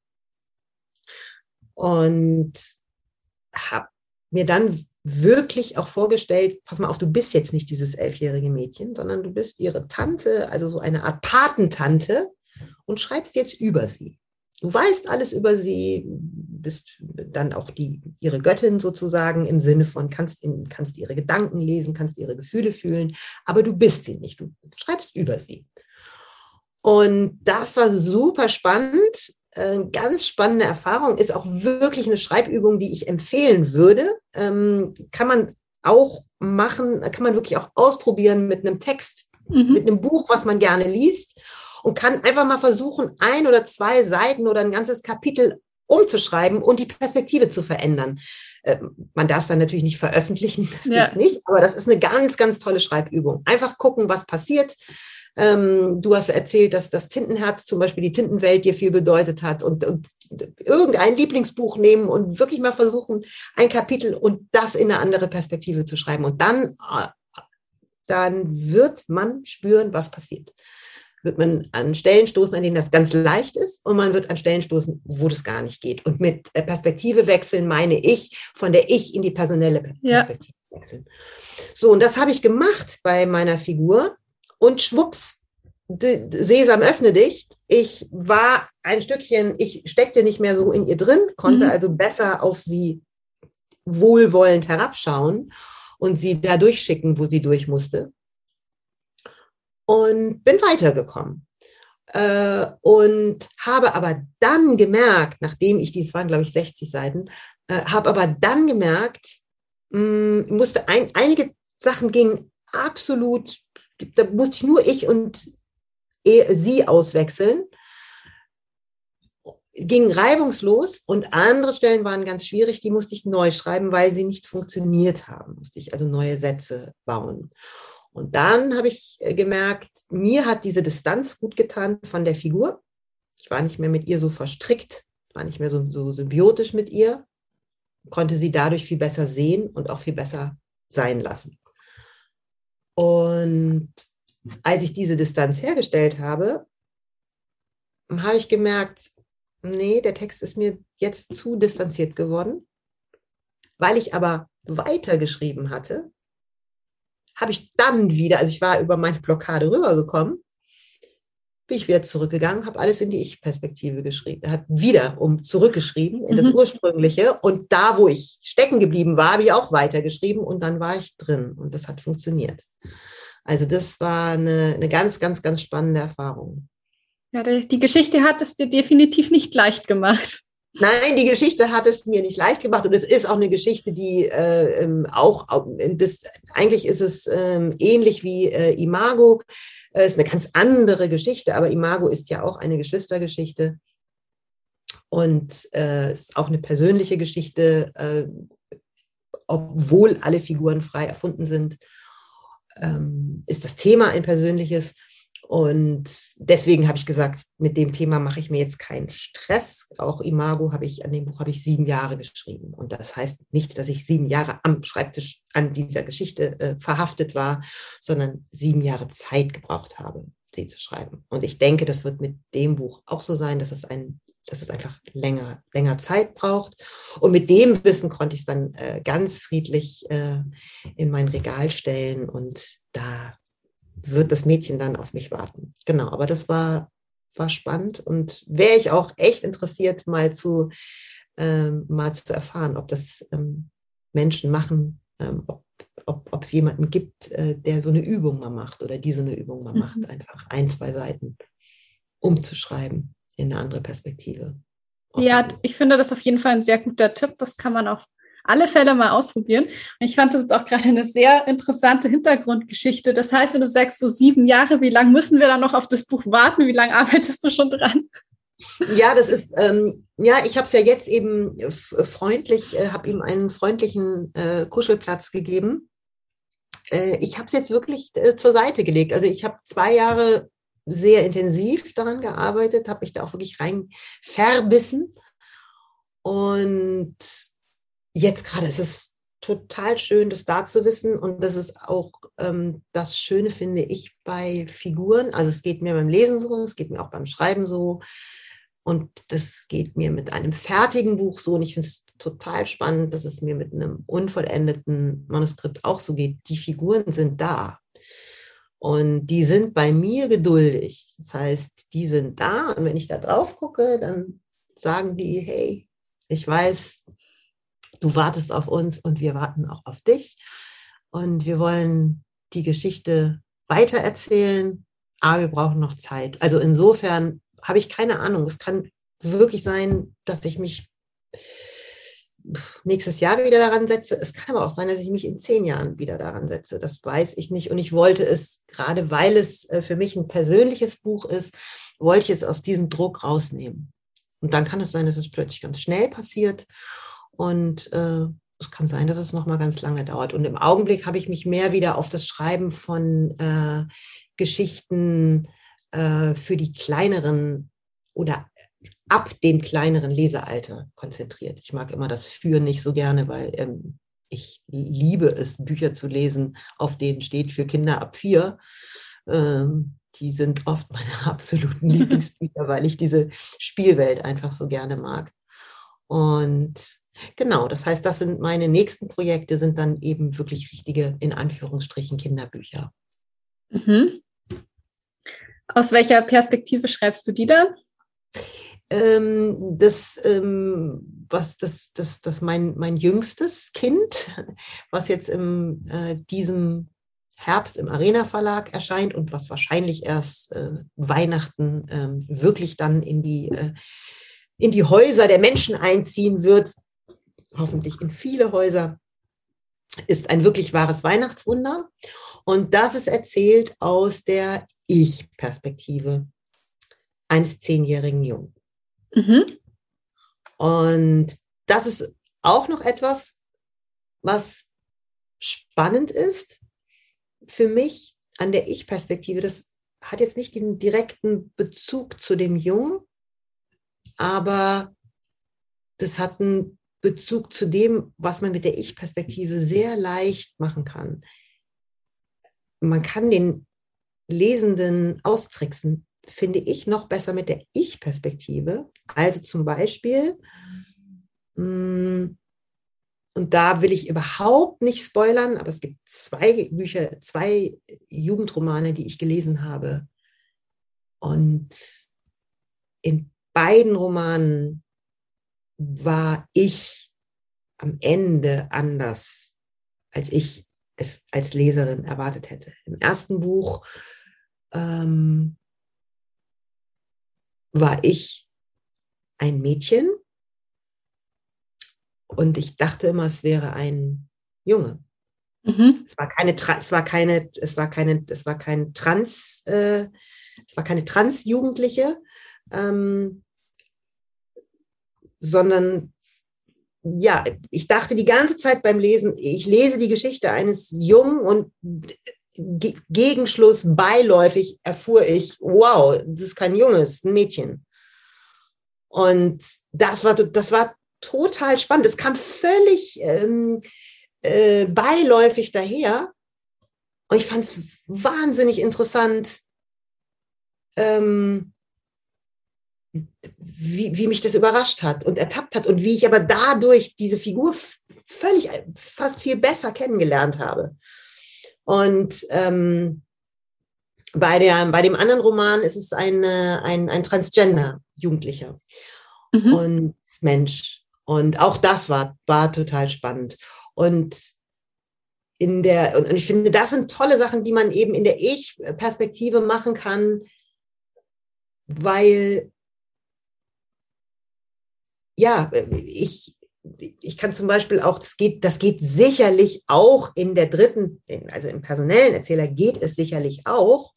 Und habe mir dann wirklich auch vorgestellt, pass mal auf, du bist jetzt nicht dieses elfjährige Mädchen, sondern du bist ihre Tante, also so eine Art Patentante und schreibst jetzt über sie. Du weißt alles über sie, bist dann auch die, ihre Göttin sozusagen im Sinne von, kannst, in, kannst ihre Gedanken lesen, kannst ihre Gefühle fühlen, aber du bist sie nicht, du schreibst über sie. Und das war super spannend. Äh, ganz spannende Erfahrung, ist auch wirklich eine Schreibübung, die ich empfehlen würde. Ähm, kann man auch machen, kann man wirklich auch ausprobieren mit einem Text, mhm. mit einem Buch, was man gerne liest und kann einfach mal versuchen, ein oder zwei Seiten oder ein ganzes Kapitel umzuschreiben und die Perspektive zu verändern. Äh, man darf es dann natürlich nicht veröffentlichen, das ja. geht nicht, aber das ist eine ganz, ganz tolle Schreibübung. Einfach gucken, was passiert. Ähm, du hast erzählt, dass das Tintenherz zum Beispiel die Tintenwelt dir viel bedeutet hat und, und irgendein Lieblingsbuch nehmen und wirklich mal versuchen, ein Kapitel und das in eine andere Perspektive zu schreiben. Und dann, dann wird man spüren, was passiert. Wird man an Stellen stoßen, an denen das ganz leicht ist und man wird an Stellen stoßen, wo das gar nicht geht. Und mit Perspektive wechseln meine ich, von der Ich in die personelle Perspektive ja. wechseln. So, und das habe ich gemacht bei meiner Figur. Und schwupps, Sesam, öffne dich. Ich war ein Stückchen, ich steckte nicht mehr so in ihr drin, konnte mhm. also besser auf sie wohlwollend herabschauen und sie da durchschicken, wo sie durch musste. und bin weitergekommen. Äh, und habe aber dann gemerkt, nachdem ich, dies waren glaube ich sechzig Seiten, äh, habe aber dann gemerkt, mh, musste ein, einige Sachen gingen absolut, da musste ich nur ich und er, sie auswechseln, ging reibungslos, und andere Stellen waren ganz schwierig, die musste ich neu schreiben, weil sie nicht funktioniert haben, musste ich also neue Sätze bauen. Und dann habe ich gemerkt, mir hat diese Distanz gut getan von der Figur. Ich war nicht mehr mit ihr so verstrickt, war nicht mehr so, so symbiotisch mit ihr, konnte sie dadurch viel besser sehen und auch viel besser sein lassen. Und als ich diese Distanz hergestellt habe, habe ich gemerkt, nee, der Text ist mir jetzt zu distanziert geworden. Weil ich aber weitergeschrieben hatte, habe ich dann wieder, also ich war über meine Blockade rübergekommen, bin ich wieder zurückgegangen, habe alles in die Ich-Perspektive geschrieben, habe wieder um zurückgeschrieben in das Mhm. Ursprüngliche, und da, wo ich stecken geblieben war, habe ich auch weitergeschrieben, und dann war ich drin und das hat funktioniert. Also das war eine, eine ganz, ganz, ganz spannende Erfahrung. Ja, die, die Geschichte hat es dir definitiv nicht leicht gemacht. Nein, die Geschichte hat es mir nicht leicht gemacht, und es ist auch eine Geschichte, die äh, ähm, auch, das, eigentlich ist es ähm, ähnlich wie äh, Imago, es äh, ist eine ganz andere Geschichte, aber Imago ist ja auch eine Geschwistergeschichte und äh, ist auch eine persönliche Geschichte, äh, obwohl alle Figuren frei erfunden sind, ähm, ist das Thema ein persönliches. Und deswegen habe ich gesagt, mit dem Thema mache ich mir jetzt keinen Stress. Auch Imago habe ich, an dem Buch habe ich sieben Jahre geschrieben. Und das heißt nicht, dass ich sieben Jahre am Schreibtisch an dieser Geschichte äh, verhaftet war, sondern sieben Jahre Zeit gebraucht habe, sie zu schreiben. Und ich denke, das wird mit dem Buch auch so sein, dass es ein, dass es einfach länger, länger Zeit braucht. Und mit dem Wissen konnte ich es dann äh, ganz friedlich äh, in mein Regal stellen, und da wird das Mädchen dann auf mich warten. Genau, aber das war, war spannend, und wäre ich auch echt interessiert, mal zu, ähm, mal zu erfahren, ob das ähm, Menschen machen, ähm, ob ob ob es jemanden gibt, äh, der so eine Übung mal macht oder die so eine Übung mal Mhm. macht, einfach ein, zwei Seiten umzuschreiben in eine andere Perspektive. Ja, ich finde das auf jeden Fall ein sehr guter Tipp. Das kann man auf alle Fälle mal ausprobieren. Und ich fand, das ist auch gerade eine sehr interessante Hintergrundgeschichte. Das heißt, wenn du sagst, so sieben Jahre, wie lange müssen wir dann noch auf das Buch warten? Wie lange arbeitest du schon dran? Ja, das ist, ähm, ja, ich habe es ja jetzt eben freundlich, äh, habe ihm einen freundlichen äh, Kuschelplatz gegeben. Äh, ich habe es jetzt wirklich äh, zur Seite gelegt. Also ich habe zwei Jahre sehr intensiv daran gearbeitet, habe mich da auch wirklich rein verbissen. Und jetzt gerade ist es total schön, das da zu wissen. Und das ist auch ähm, das Schöne, finde ich, bei Figuren. Also es geht mir beim Lesen so, es geht mir auch beim Schreiben so. Und das geht mir mit einem fertigen Buch so. Und ich finde es total spannend, dass es mir mit einem unvollendeten Manuskript auch so geht. Die Figuren sind da. Und die sind bei mir geduldig. Das heißt, die sind da. Und wenn ich da drauf gucke, dann sagen die, hey, ich weiß, du wartest auf uns und wir warten auch auf dich. Und wir wollen die Geschichte weitererzählen, aber wir brauchen noch Zeit. Also insofern habe ich keine Ahnung. Es kann wirklich sein, dass ich mich nächstes Jahr wieder daran setze. Es kann aber auch sein, dass ich mich in zehn Jahren wieder daran setze. Das weiß ich nicht. Und ich wollte es, gerade weil es für mich ein persönliches Buch ist, wollte ich es aus diesem Druck rausnehmen. Und dann kann es sein, dass es plötzlich ganz schnell passiert. Und äh, es kann sein, dass es noch mal ganz lange dauert. Und im Augenblick habe ich mich mehr wieder auf das Schreiben von äh, Geschichten äh, für die kleineren oder ab dem kleineren Lesealter konzentriert. Ich mag immer das Für nicht so gerne, weil ähm, ich liebe es, Bücher zu lesen, auf denen steht für Kinder ab vier. Ähm, die sind oft meine absoluten Lieblingsbücher, weil ich diese Spielwelt einfach so gerne mag. Und genau, das heißt, das sind meine nächsten Projekte, sind dann eben wirklich richtige, in Anführungsstrichen, Kinderbücher. Mhm. Aus welcher Perspektive schreibst du die dann? Ähm, das, ähm, was das, das, das mein, mein jüngstes Kind, was jetzt in äh, diesem Herbst im Arena Verlag erscheint und was wahrscheinlich erst äh, Weihnachten ähm, wirklich dann in die, äh, in die Häuser der Menschen einziehen wird, hoffentlich in viele Häuser, ist ein wirklich wahres Weihnachtswunder. Und das ist erzählt aus der Ich-Perspektive eines zehnjährigen Jungen. Mhm. Und das ist auch noch etwas, was spannend ist für mich an der Ich-Perspektive. Das hat jetzt nicht den direkten Bezug zu dem Jungen, aber das hat einen Bezug zu dem, was man mit der Ich-Perspektive sehr leicht machen kann. Man kann den Lesenden austricksen, finde ich, noch besser mit der Ich-Perspektive. Also zum Beispiel, und da will ich überhaupt nicht spoilern, aber es gibt zwei Bücher, zwei Jugendromane, die ich gelesen habe. Und in beiden Romanen war ich am Ende anders, als ich es als Leserin erwartet hätte. Im ersten Buch ähm, war ich ein Mädchen und ich dachte immer, es wäre ein Junge. Mhm. Es war keine, es war keine, es war keine, es war kein Trans, äh, es war keine Trans-Jugendliche, ähm, sondern ja, ich dachte die ganze Zeit beim Lesen, ich lese die Geschichte eines Jungen und Ge- Gegenschluss beiläufig erfuhr ich, wow, das ist kein Junge, das ist ein Mädchen. Und das war, das war total spannend. Es kam völlig ähm, äh, beiläufig daher. Und ich fand es wahnsinnig interessant, ähm, wie, wie mich das überrascht hat und ertappt hat und wie ich aber dadurch diese Figur f- völlig, fast viel besser kennengelernt habe. Und ähm, bei, der, bei dem anderen Roman ist es ein, ein, ein Transgender-Jugendlicher mhm. und Mensch. Und auch das war, war total spannend. Und in der, und ich finde, das sind tolle Sachen, die man eben in der Ich-Perspektive machen kann, weil ja, ich, ich kann zum Beispiel auch, das geht, das geht sicherlich auch in der dritten, also im personellen Erzähler geht es sicherlich auch,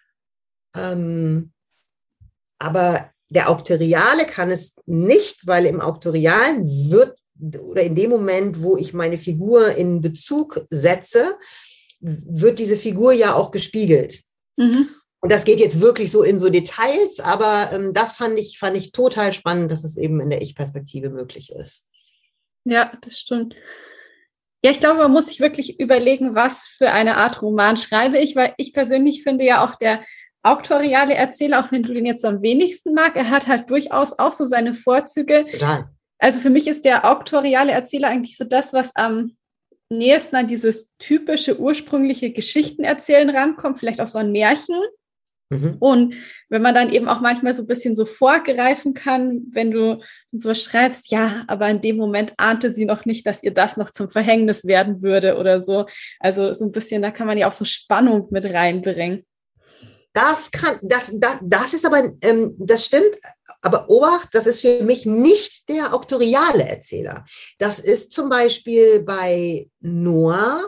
ähm, aber der Auktoriale kann es nicht, weil im Auktorialen wird, oder in dem Moment, wo ich meine Figur in Bezug setze, wird diese Figur ja auch gespiegelt. Mhm. Und das geht jetzt wirklich so in so Details, aber ähm, das fand ich, fand ich total spannend, dass es eben in der Ich-Perspektive möglich ist. Ja, das stimmt. Ja, ich glaube, man muss sich wirklich überlegen, was für eine Art Roman schreibe ich, weil ich persönlich finde ja auch der auktoriale Erzähler, auch wenn du den jetzt am wenigsten mag, er hat halt durchaus auch so seine Vorzüge. Total. Also für mich ist der auktoriale Erzähler eigentlich so das, was am nächsten an dieses typische, ursprüngliche Geschichtenerzählen rankommt, vielleicht auch so ein Märchen. Mhm. Und wenn man dann eben auch manchmal so ein bisschen so vorgreifen kann, wenn du so schreibst, ja, aber in dem Moment ahnte sie noch nicht, dass ihr das noch zum Verhängnis werden würde oder so. Also so ein bisschen, da kann man ja auch so Spannung mit reinbringen. Das kann, das, das, das ist aber, ähm, das stimmt, aber Obacht, das ist für mich nicht der auktoriale Erzähler. Das ist zum Beispiel bei Noah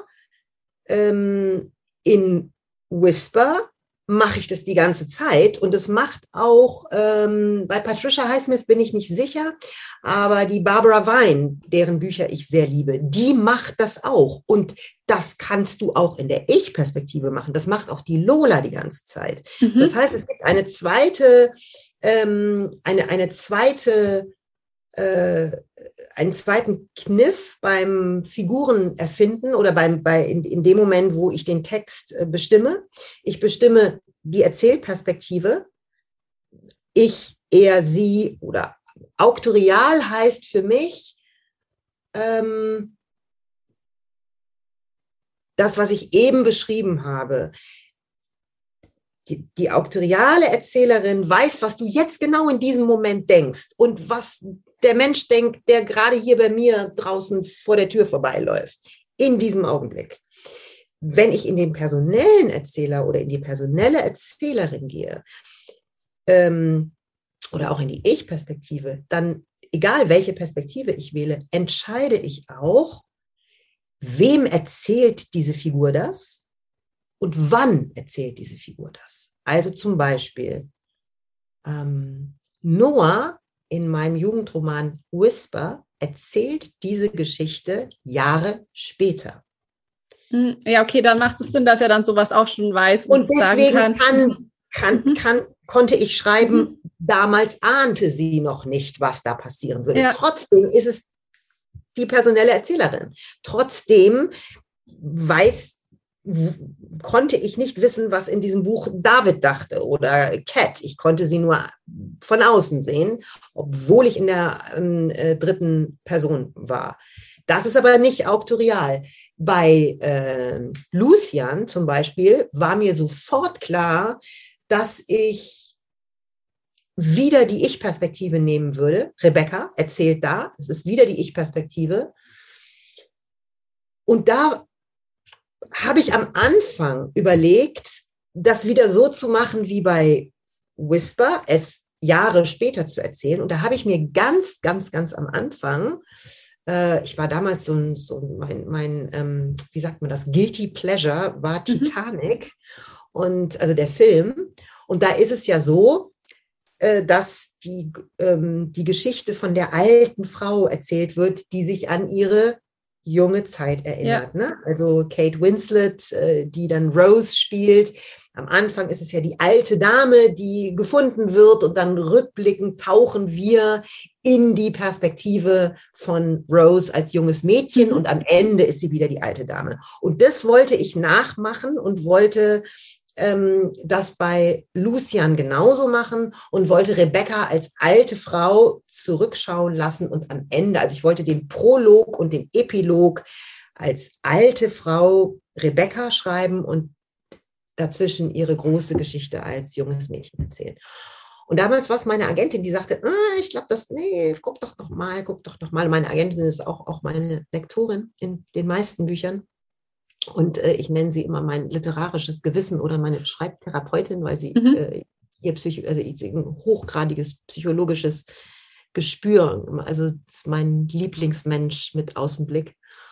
ähm, in Whisper, mache ich das die ganze Zeit und es macht auch, ähm, bei Patricia Highsmith bin ich nicht sicher, aber die Barbara Vine, deren Bücher ich sehr liebe, die macht das auch und das kannst du auch in der Ich-Perspektive machen, das macht auch die Lola die ganze Zeit. Mhm. Das heißt, es gibt eine zweite, ähm, eine, eine zweite äh, einen zweiten Kniff beim Figurenerfinden oder beim, bei, in, in dem Moment, wo ich den Text äh, bestimme. Ich bestimme die Erzählperspektive. Ich, er, sie oder auktorial heißt für mich ähm, das, was ich eben beschrieben habe. Die, die auktoriale Erzählerin weiß, was du jetzt genau in diesem Moment denkst und was der Mensch denkt, der gerade hier bei mir draußen vor der Tür vorbeiläuft, in diesem Augenblick. wenn ich in den personellen Erzähler oder in die personelle Erzählerin gehe, ähm, oder auch in die Ich-Perspektive, dann, egal welche Perspektive ich wähle, entscheide ich auch, wem erzählt diese Figur das und wann erzählt diese Figur das. Also zum Beispiel ähm, Noah in meinem Jugendroman Whisper erzählt diese Geschichte Jahre später. Ja, okay, dann macht es Sinn, dass er dann sowas auch schon weiß und deswegen sagen kann. kann, kann, Mhm. kann, konnte ich schreiben, Mhm. damals ahnte sie noch nicht, was da passieren würde. Ja. Trotzdem ist es die personelle Erzählerin. Trotzdem weiß, w- konnte ich nicht wissen, was in diesem Buch David dachte oder Cat. Ich konnte sie nur von außen sehen, obwohl ich in der ähm, äh, dritten Person war. Das ist aber nicht auktorial. Bei äh, Lucian zum Beispiel war mir sofort klar, dass ich wieder die Ich-Perspektive nehmen würde. Rebecca erzählt da, es ist wieder die Ich-Perspektive. Und da habe ich am Anfang überlegt, das wieder so zu machen wie bei Whisper, es Jahre später zu erzählen. Und da habe ich mir ganz, ganz, ganz am Anfang, äh, ich war damals so ein, so mein, mein ähm, wie sagt man das, Guilty Pleasure war Titanic, mhm. und also der Film. Und da ist es ja so, äh, dass die, ähm, die Geschichte von der alten Frau erzählt wird, die sich an ihre junge Zeit erinnert. Ja. Ne? Also Kate Winslet, äh, die dann Rose spielt. Am Anfang ist es ja die alte Dame, die gefunden wird, und dann rückblickend tauchen wir in die Perspektive von Rose als junges Mädchen, mhm. und am Ende ist sie wieder die alte Dame. Und das wollte ich nachmachen und wollte ähm, das bei Lucian genauso machen und wollte Rebecca als alte Frau zurückschauen lassen und am Ende, also ich wollte den Prolog und den Epilog als alte Frau Rebecca schreiben und dazwischen ihre große Geschichte als junges Mädchen erzählen. Und damals war es meine Agentin, die sagte, ah, ich glaube, das, nee, guck doch noch mal, guck doch noch mal. Meine Agentin ist auch, auch meine Lektorin in den meisten Büchern. Und äh, ich nenne sie immer mein literarisches Gewissen oder meine Schreibtherapeutin, weil sie mhm. äh, ihr Psycho, also ein hochgradiges psychologisches Gespür, also das ist mein Lieblingsmensch mit Außenblick.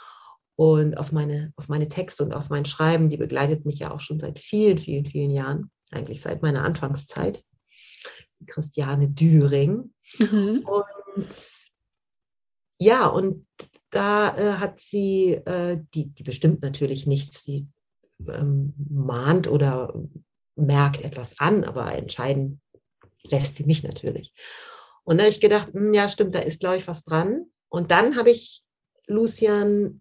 Und auf meine, auf meine Texte und auf mein Schreiben, die begleitet mich ja auch schon seit vielen, vielen, vielen Jahren, eigentlich seit meiner Anfangszeit, die Christiane Düring. Mhm. Und ja, und da äh, hat sie, äh, die, die bestimmt natürlich nichts, sie ähm, mahnt oder merkt etwas an, aber entscheiden lässt sie mich natürlich. Und da habe ich gedacht, mh, ja stimmt, da ist, glaube ich, was dran. Und dann habe ich Lucian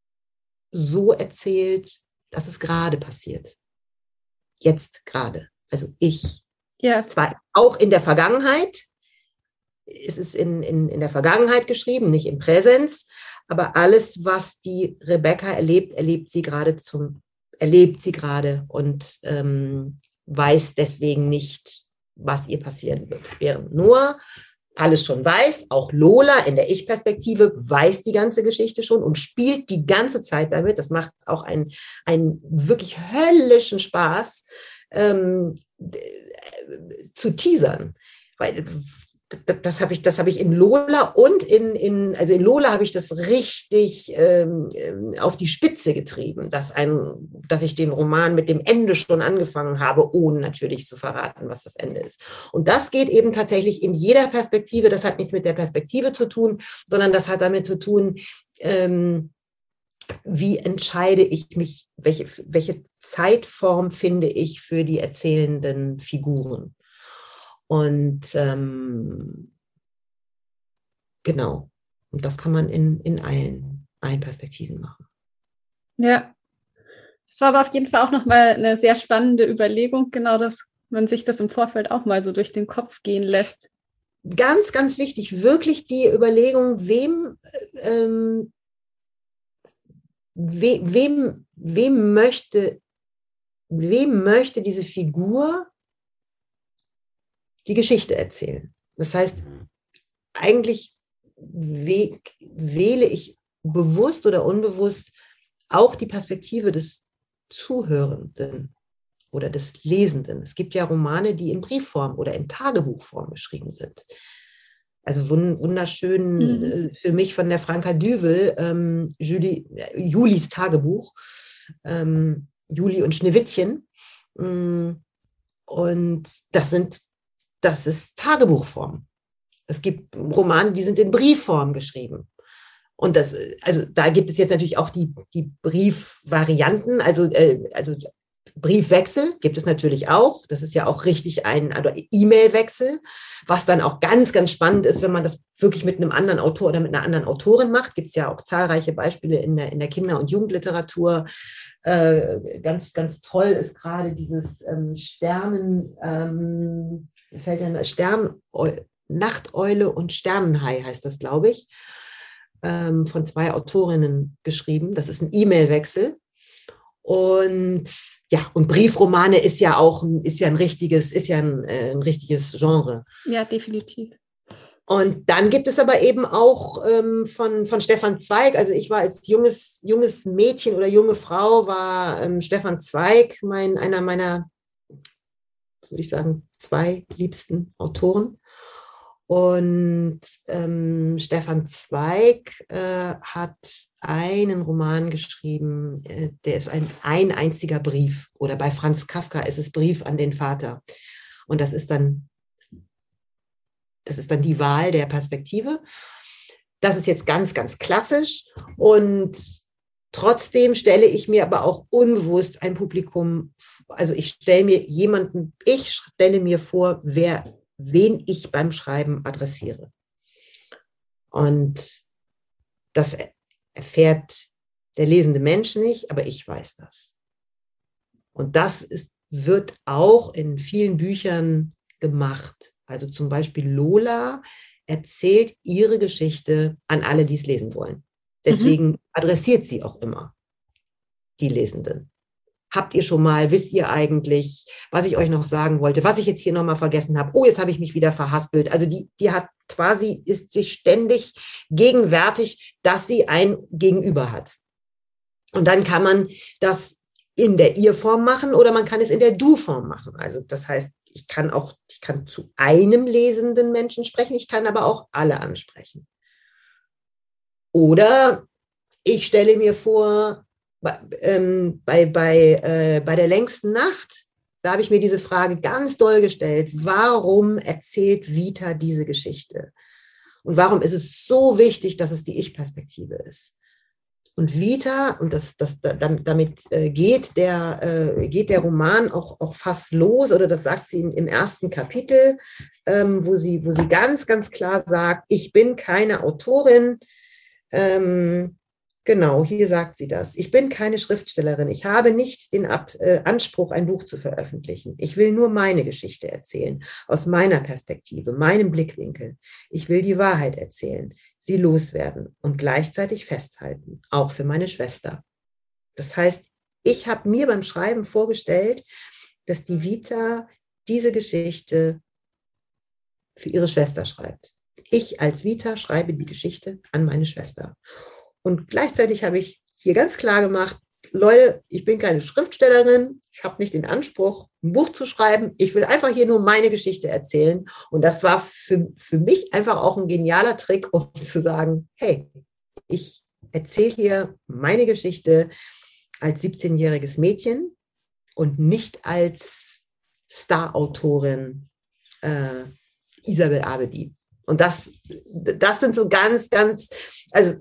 so erzählt, dass es gerade passiert. Jetzt gerade. Also ich. Ja. Zwar auch in der Vergangenheit, es ist in, in, in der Vergangenheit geschrieben, nicht im Präsens, aber alles, was die Rebecca erlebt, erlebt sie gerade zum, erlebt sie gerade und ähm, weiß deswegen nicht, was ihr passieren wird. Während Noah alles schon weiß, auch Lola in der Ich-Perspektive weiß die ganze Geschichte schon und spielt die ganze Zeit damit. Das macht auch einen, einen wirklich höllischen Spaß, ähm, zu teasern. Weil das habe ich, das habe ich in Lola und in, in also in Lola habe ich das richtig ähm, auf die Spitze getrieben, dass, ein, dass ich den Roman mit dem Ende schon angefangen habe, ohne natürlich zu verraten, was das Ende ist. Und das geht eben tatsächlich in jeder Perspektive. Das hat nichts mit der Perspektive zu tun, sondern das hat damit zu tun, ähm, wie entscheide ich mich, welche, welche Zeitform finde ich für die erzählenden Figuren. Und ähm, genau, und das kann man in, in allen, allen Perspektiven machen. Ja, das war aber auf jeden Fall auch nochmal eine sehr spannende Überlegung, genau, dass man sich das im Vorfeld auch mal so durch den Kopf gehen lässt. Ganz, ganz wichtig, wirklich die Überlegung, wem, ähm, we, wem, wem möchte, wem möchte diese Figur die Geschichte erzählen. Das heißt, eigentlich we- wähle ich bewusst oder unbewusst auch die Perspektive des Zuhörenden oder des Lesenden. Es gibt ja Romane, die in Briefform oder in Tagebuchform geschrieben sind. Also wunderschön mhm. äh, für mich von der Franka Düvel, ähm, Julie, äh, Julis Tagebuch, ähm, Juli und Schneewittchen. Und das sind, das ist Tagebuchform. Es gibt Romane, die sind in Briefform geschrieben. Und das, also da gibt es jetzt natürlich auch die, die Briefvarianten, also, äh, also Briefwechsel gibt es natürlich auch. Das ist ja auch richtig ein also E-Mail-Wechsel, was dann auch ganz, ganz spannend ist, wenn man das wirklich mit einem anderen Autor oder mit einer anderen Autorin macht. Gibt es ja auch zahlreiche Beispiele in der, in der Kinder- und Jugendliteratur. Äh, ganz, ganz toll ist gerade dieses ähm, Sternen, ähm, fällt ja Stern, Nachteule und Sternenhai heißt das, glaube ich, ähm, von zwei Autorinnen geschrieben. Das ist ein E-Mail-Wechsel. Und ja, und Briefromane ist ja auch ist ja ein richtiges, ist ja ein, äh, ein richtiges Genre. Ja, definitiv. Und dann gibt es aber eben auch ähm, von, von Stefan Zweig, also ich war als junges, junges Mädchen oder junge Frau, war ähm, Stefan Zweig mein, einer meiner, würde ich sagen, zwei liebsten Autoren. Und ähm, Stefan Zweig äh, hat einen Roman geschrieben, äh, der ist ein, ein einziger Brief. Oder bei Franz Kafka ist es Brief an den Vater. Und das ist dann, das ist dann die Wahl der Perspektive. Das ist jetzt ganz, ganz klassisch. Und trotzdem stelle ich mir aber auch unbewusst ein Publikum, also ich stelle mir jemanden, ich stelle mir vor, wer wen ich beim Schreiben adressiere. Und das erfährt der lesende Mensch nicht, aber ich weiß das. Und das ist, wird auch in vielen Büchern gemacht. Also zum Beispiel Lola erzählt ihre Geschichte an alle, die es lesen wollen. Deswegen mhm. adressiert sie auch immer die Lesenden. Habt ihr schon mal, wisst ihr eigentlich, was ich euch noch sagen wollte, was ich jetzt hier nochmal vergessen habe? Oh, jetzt habe ich mich wieder verhaspelt. Also die, die hat quasi, ist sich ständig gegenwärtig, dass sie ein Gegenüber hat. Und dann kann man das in der Ihr-Form machen oder man kann es in der Du-Form machen. Also das heißt, ich kann auch, ich kann zu einem lesenden Menschen sprechen, ich kann aber auch alle ansprechen. Oder ich stelle mir vor, Bei, ähm, bei, bei, äh, bei der längsten Nacht, da habe ich mir diese Frage ganz doll gestellt, warum erzählt Vita diese Geschichte? Und warum ist es so wichtig, dass es die Ich-Perspektive ist? Und Vita, und das, das, damit, damit äh, geht, der, äh, geht der Roman auch, auch fast los, oder das sagt sie im, im ersten Kapitel, ähm, wo sie, wo sie ganz, ganz klar sagt, ich bin keine Autorin, ähm, Genau, hier sagt sie das. Ich bin keine Schriftstellerin. Ich habe nicht den Ab- äh, Anspruch, ein Buch zu veröffentlichen. Ich will nur meine Geschichte erzählen, aus meiner Perspektive, meinem Blickwinkel. Ich will die Wahrheit erzählen, sie loswerden und gleichzeitig festhalten, auch für meine Schwester. Das heißt, ich habe mir beim Schreiben vorgestellt, dass die Vita diese Geschichte für ihre Schwester schreibt. Ich als Vita schreibe die Geschichte an meine Schwester. Und gleichzeitig habe ich hier ganz klar gemacht, Leute, ich bin keine Schriftstellerin, ich habe nicht den Anspruch, ein Buch zu schreiben, ich will einfach hier nur meine Geschichte erzählen. Und das war für, für mich einfach auch ein genialer Trick, um zu sagen, hey, ich erzähle hier meine Geschichte als siebzehnjähriges Mädchen und nicht als Star-Autorin äh, Isabel Abedi. Und das, das sind so ganz, ganz, also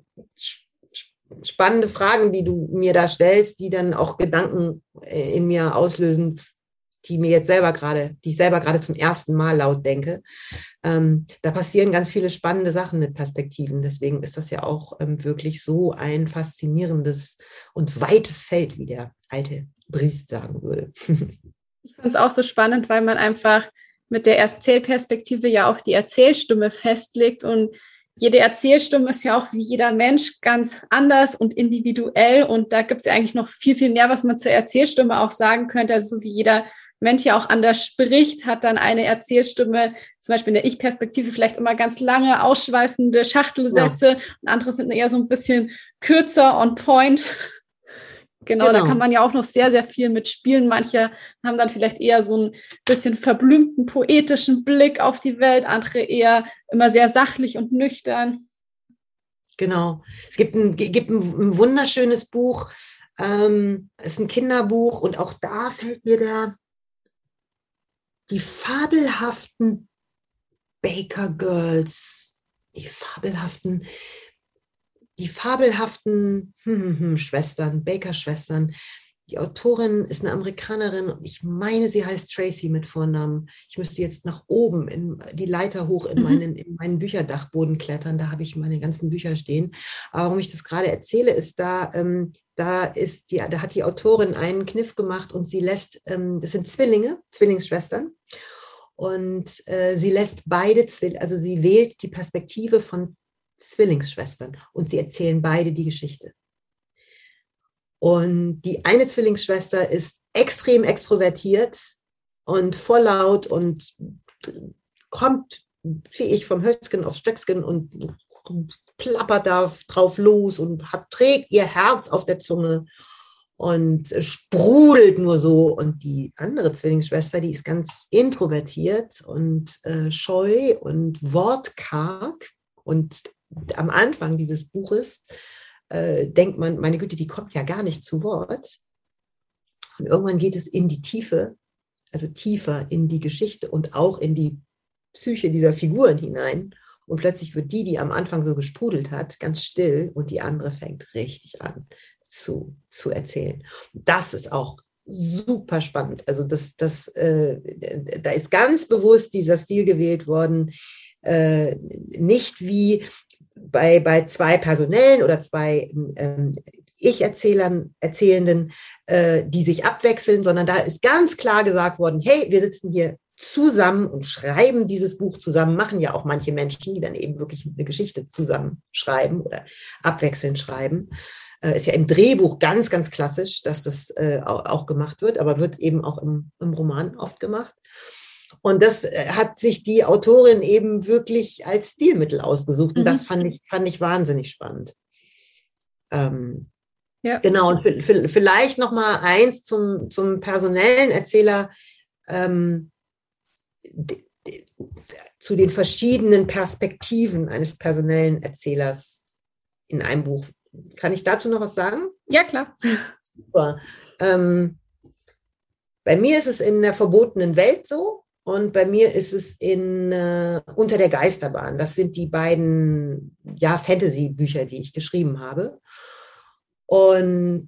spannende Fragen, die du mir da stellst, die dann auch Gedanken in mir auslösen, die mir jetzt selber gerade, die ich selber gerade zum ersten Mal laut denke. Ähm, da passieren ganz viele spannende Sachen mit Perspektiven. Deswegen ist das ja auch ähm, wirklich so ein faszinierendes und weites Feld, wie der alte Briest sagen würde. Ich finde es auch so spannend, weil man einfach mit der Erzählperspektive ja auch die Erzählstimme festlegt und jede Erzählstimme ist ja auch wie jeder Mensch ganz anders und individuell und da gibt es ja eigentlich noch viel, viel mehr, was man zur Erzählstimme auch sagen könnte. Also so wie jeder Mensch ja auch anders spricht, hat dann eine Erzählstimme, zum Beispiel in der Ich-Perspektive, vielleicht immer ganz lange, ausschweifende Schachtelsätze ja. Und andere sind eher so ein bisschen kürzer on point. Genau, genau, da kann man ja auch noch sehr, sehr viel mitspielen. Manche haben dann vielleicht eher so ein bisschen verblümten, poetischen Blick auf die Welt, andere eher immer sehr sachlich und nüchtern. Genau. Es gibt ein, gibt ein, ein wunderschönes Buch, ähm, es ist ein Kinderbuch und auch da fällt mir der, die fabelhaften Baker Girls, die fabelhaften, die fabelhaften hm, hm, hm, Schwestern, Baker-Schwestern. Die Autorin ist eine Amerikanerin und ich meine, sie heißt Tracy mit Vornamen. Ich müsste jetzt nach oben in die Leiter hoch in meinen, in meinen Bücherdachboden klettern. Da habe ich meine ganzen Bücher stehen. Aber warum ich das gerade erzähle, ist da, ähm, da ist die, da hat die Autorin einen Kniff gemacht und sie lässt, ähm, das sind Zwillinge, Zwillingsschwestern. Und äh, sie lässt beide Zwillinge, also sie wählt die Perspektive von Zwillingsschwestern und sie erzählen beide die Geschichte. Und die eine Zwillingsschwester ist extrem extrovertiert und voll laut und kommt wie ich vom Höchstgen aufs Stöcksken und plappert da drauf los und hat, trägt ihr Herz auf der Zunge und sprudelt nur so. Und die andere Zwillingsschwester, die ist ganz introvertiert und äh, scheu und wortkarg. Und am Anfang dieses Buches äh, denkt man, meine Güte, die kommt ja gar nicht zu Wort. Und irgendwann geht es in die Tiefe, also tiefer in die Geschichte und auch in die Psyche dieser Figuren hinein. Und plötzlich wird die, die am Anfang so gesprudelt hat, ganz still und die andere fängt richtig an zu, zu erzählen. Das ist auch super spannend. Also das, das, äh, da ist ganz bewusst dieser Stil gewählt worden, äh, nicht wie bei, bei zwei Personellen oder zwei ähm, Ich-Erzählern, Erzählenden, äh, die sich abwechseln, sondern da ist ganz klar gesagt worden, hey, wir sitzen hier zusammen und schreiben dieses Buch zusammen, machen ja auch manche Menschen, die dann eben wirklich eine Geschichte zusammen schreiben oder abwechselnd schreiben. Äh, ist ja im Drehbuch ganz, ganz klassisch, dass das äh, auch, auch gemacht wird, aber wird eben auch im, im Roman oft gemacht. Und das hat sich die Autorin eben wirklich als Stilmittel ausgesucht. Und mhm. das fand ich, fand ich wahnsinnig spannend. Ähm, ja. Genau, und für, für, vielleicht noch mal eins zum, zum personellen Erzähler, ähm, d, d, zu den verschiedenen Perspektiven eines personellen Erzählers in einem Buch. Kann ich dazu noch was sagen? Ja, klar. Super. Ähm, bei mir ist es in der verbotenen Welt so. Und bei mir ist es in äh, Unter der Geisterbahn. Das sind die beiden ja, Fantasy-Bücher, die ich geschrieben habe. Und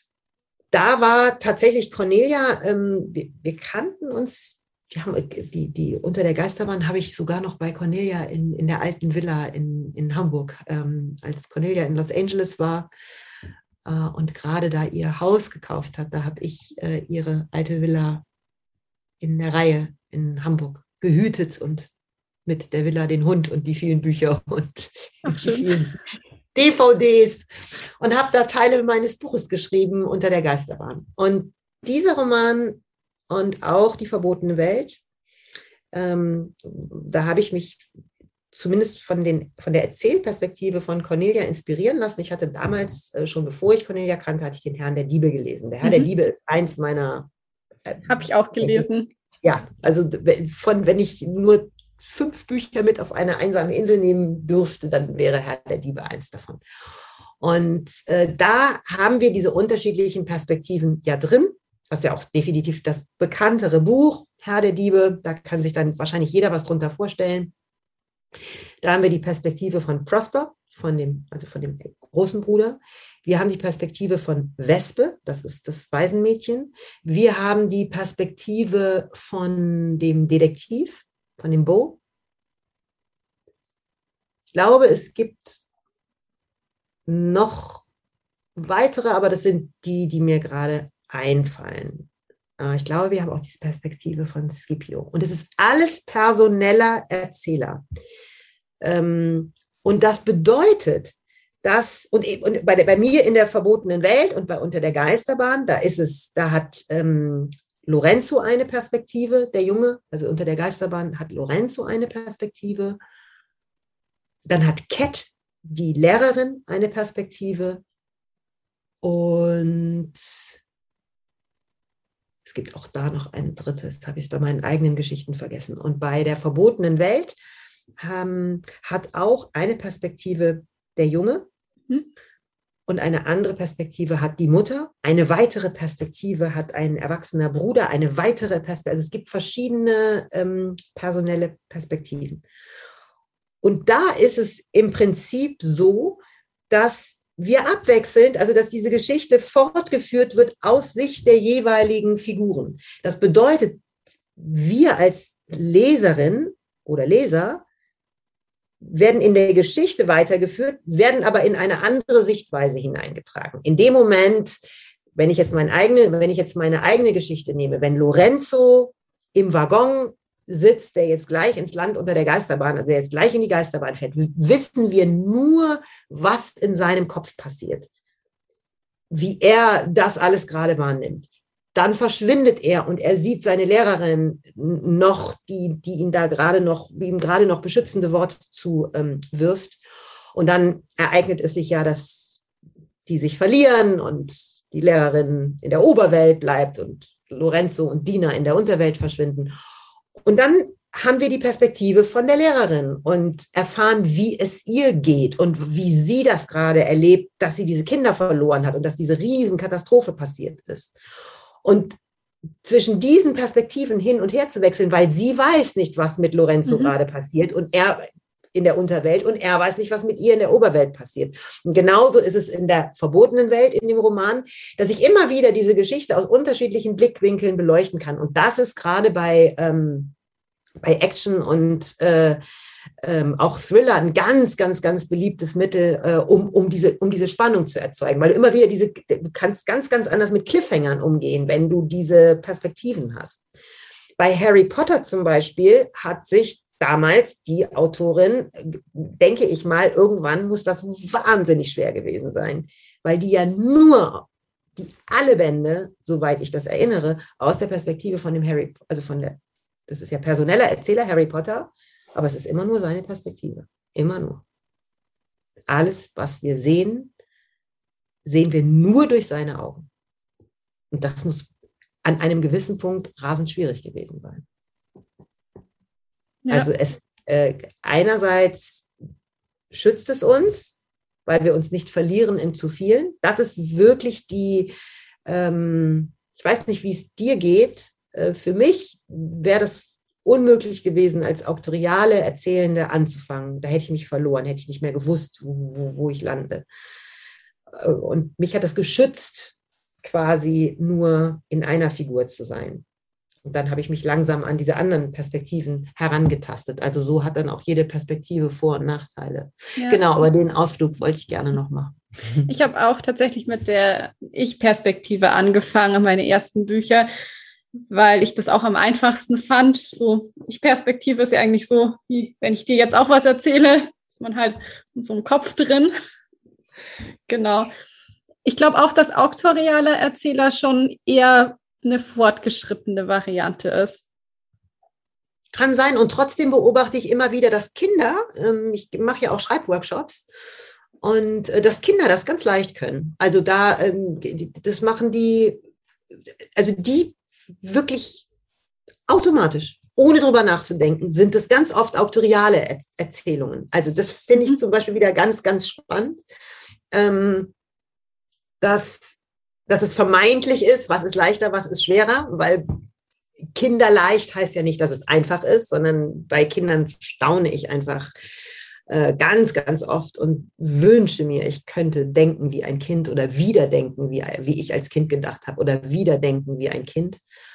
da war tatsächlich Cornelia, ähm, wir, wir kannten uns, die, haben, die, die Unter der Geisterbahn habe ich sogar noch bei Cornelia in, in der alten Villa in, in Hamburg, ähm, als Cornelia in Los Angeles war äh, und gerade da ihr Haus gekauft hat. Da habe ich äh, ihre alte Villa in der Reihe in Hamburg gehütet und mit der Villa den Hund und die vielen Bücher und Ach, die vielen D V Ds und habe da Teile meines Buches geschrieben, Unter der Geisterbahn. Und dieser Roman und auch Die verbotene Welt, ähm, da habe ich mich zumindest von, den, von der Erzählperspektive von Cornelia inspirieren lassen. Ich hatte damals, äh, schon bevor ich Cornelia kannte, hatte ich den Herrn der Diebe gelesen. Der Herr mhm. der Diebe ist eins meiner... Äh, habe ich auch gelesen. Ja, also von, wenn ich nur fünf Bücher mit auf eine einsame Insel nehmen dürfte, dann wäre Herr der Diebe eins davon. Und äh, da haben wir diese unterschiedlichen Perspektiven ja drin, was ja auch definitiv das bekanntere Buch, Herr der Diebe, da kann sich dann wahrscheinlich jeder was drunter vorstellen. Da haben wir die Perspektive von Prosper, von dem, also von dem großen Bruder. Wir haben die Perspektive von Wespe, das ist das Waisenmädchen. Wir haben die Perspektive von dem Detektiv, von dem Bo. Ich glaube, es gibt noch weitere, aber das sind die, die mir gerade einfallen. Ich glaube, wir haben auch die Perspektive von Scipio. Und es ist alles personeller Erzähler. Und das bedeutet, dass, und, und bei, der, bei mir in der verbotenen Welt und bei Unter der Geisterbahn, da ist es, da hat ähm, Lorenzo eine Perspektive, der Junge, also Unter der Geisterbahn hat Lorenzo eine Perspektive. Dann hat Cat, die Lehrerin, eine Perspektive. Und es gibt auch da noch ein drittes, habe ich es bei meinen eigenen Geschichten vergessen. Und bei der verbotenen Welt ähm, hat auch eine Perspektive der Junge hm. und eine andere Perspektive hat die Mutter. Eine weitere Perspektive hat ein erwachsener Bruder, eine weitere Perspektive. Also es gibt verschiedene ähm, personelle Perspektiven. Und da ist es im Prinzip so, dass wir abwechselnd, also dass diese Geschichte fortgeführt wird aus Sicht der jeweiligen Figuren. Das bedeutet, wir als Leserin oder Leser werden in der Geschichte weitergeführt, werden aber in eine andere Sichtweise hineingetragen. In dem Moment, wenn ich jetzt meine eigene, wenn ich jetzt meine eigene Geschichte nehme, wenn Lorenzo im Waggon sitzt, der jetzt gleich ins Land unter der Geisterbahn, also der jetzt gleich in die Geisterbahn fährt, wissen wir nur, was in seinem Kopf passiert, wie er das alles gerade wahrnimmt. Dann verschwindet er und er sieht seine Lehrerin noch, die, die ihn da gerade noch, die ihm gerade noch beschützende Worte zuwirft. Ähm, und dann ereignet es sich ja, dass die sich verlieren und die Lehrerin in der Oberwelt bleibt und Lorenzo und Dina in der Unterwelt verschwinden. Und dann haben wir die Perspektive von der Lehrerin und erfahren, wie es ihr geht und wie sie das gerade erlebt, dass sie diese Kinder verloren hat und dass diese Riesenkatastrophe passiert ist. Und zwischen diesen Perspektiven hin und her zu wechseln, weil sie weiß nicht, was mit Lorenzo mhm. gerade passiert und er in der Unterwelt und er weiß nicht, was mit ihr in der Oberwelt passiert. Und genauso ist es in der verbotenen Welt, in dem Roman, dass ich immer wieder diese Geschichte aus unterschiedlichen Blickwinkeln beleuchten kann. Und das ist gerade bei, ähm, bei Action und äh, ähm, auch Thriller ein ganz, ganz, ganz beliebtes Mittel, äh, um, um, diese, um diese Spannung zu erzeugen. Weil du immer wieder diese, du kannst ganz, ganz anders mit Cliffhangern umgehen, wenn du diese Perspektiven hast. Bei Harry Potter zum Beispiel hat sich damals die Autorin, denke ich mal, irgendwann muss das wahnsinnig schwer gewesen sein, weil die ja nur, die alle Bände, soweit ich das erinnere, aus der Perspektive von dem Harry, also von der, das ist ja personeller Erzähler Harry Potter, aber es ist immer nur seine Perspektive, immer nur. Alles, was wir sehen, sehen wir nur durch seine Augen. Und das muss an einem gewissen Punkt rasend schwierig gewesen sein. Ja. Also es äh, einerseits schützt es uns, weil wir uns nicht verlieren im zu vielen. Das ist wirklich die, ähm, ich weiß nicht, wie es dir geht. Äh, für mich wäre das unmöglich gewesen, als auktoriale Erzählende anzufangen. Da hätte ich mich verloren, hätte ich nicht mehr gewusst, wo, wo, wo ich lande. Äh, und mich hat das geschützt, quasi nur in einer Figur zu sein. Und dann habe ich mich langsam an diese anderen Perspektiven herangetastet. Also so hat dann auch jede Perspektive Vor- und Nachteile. Ja. Genau, aber den Ausflug wollte ich gerne noch machen. Ich habe auch tatsächlich mit der Ich-Perspektive angefangen, meine ersten Bücher, weil ich das auch am einfachsten fand. So, Ich-Perspektive ist ja eigentlich so, wie wenn ich dir jetzt auch was erzähle, ist man halt in so einem Kopf drin. Genau. Ich glaube auch, dass auktoriale Erzähler schon eher eine fortgeschrittene Variante ist. Kann sein. Und trotzdem beobachte ich immer wieder, dass Kinder, ähm, ich mache ja auch Schreibworkshops, und äh, dass Kinder das ganz leicht können. Also da, ähm, das machen die, also die wirklich automatisch, ohne drüber nachzudenken, sind es ganz oft auktoriale er- Erzählungen. Also das finde ich zum Beispiel wieder ganz, ganz spannend, ähm, dass dass es vermeintlich ist, was ist leichter, was ist schwerer, weil kinderleicht heißt ja nicht, dass es einfach ist, sondern bei Kindern staune ich einfach äh, ganz, ganz oft und wünsche mir, ich könnte denken wie ein Kind oder wieder denken, wie, wie ich als Kind gedacht habe oder wieder denken wie ein Kind.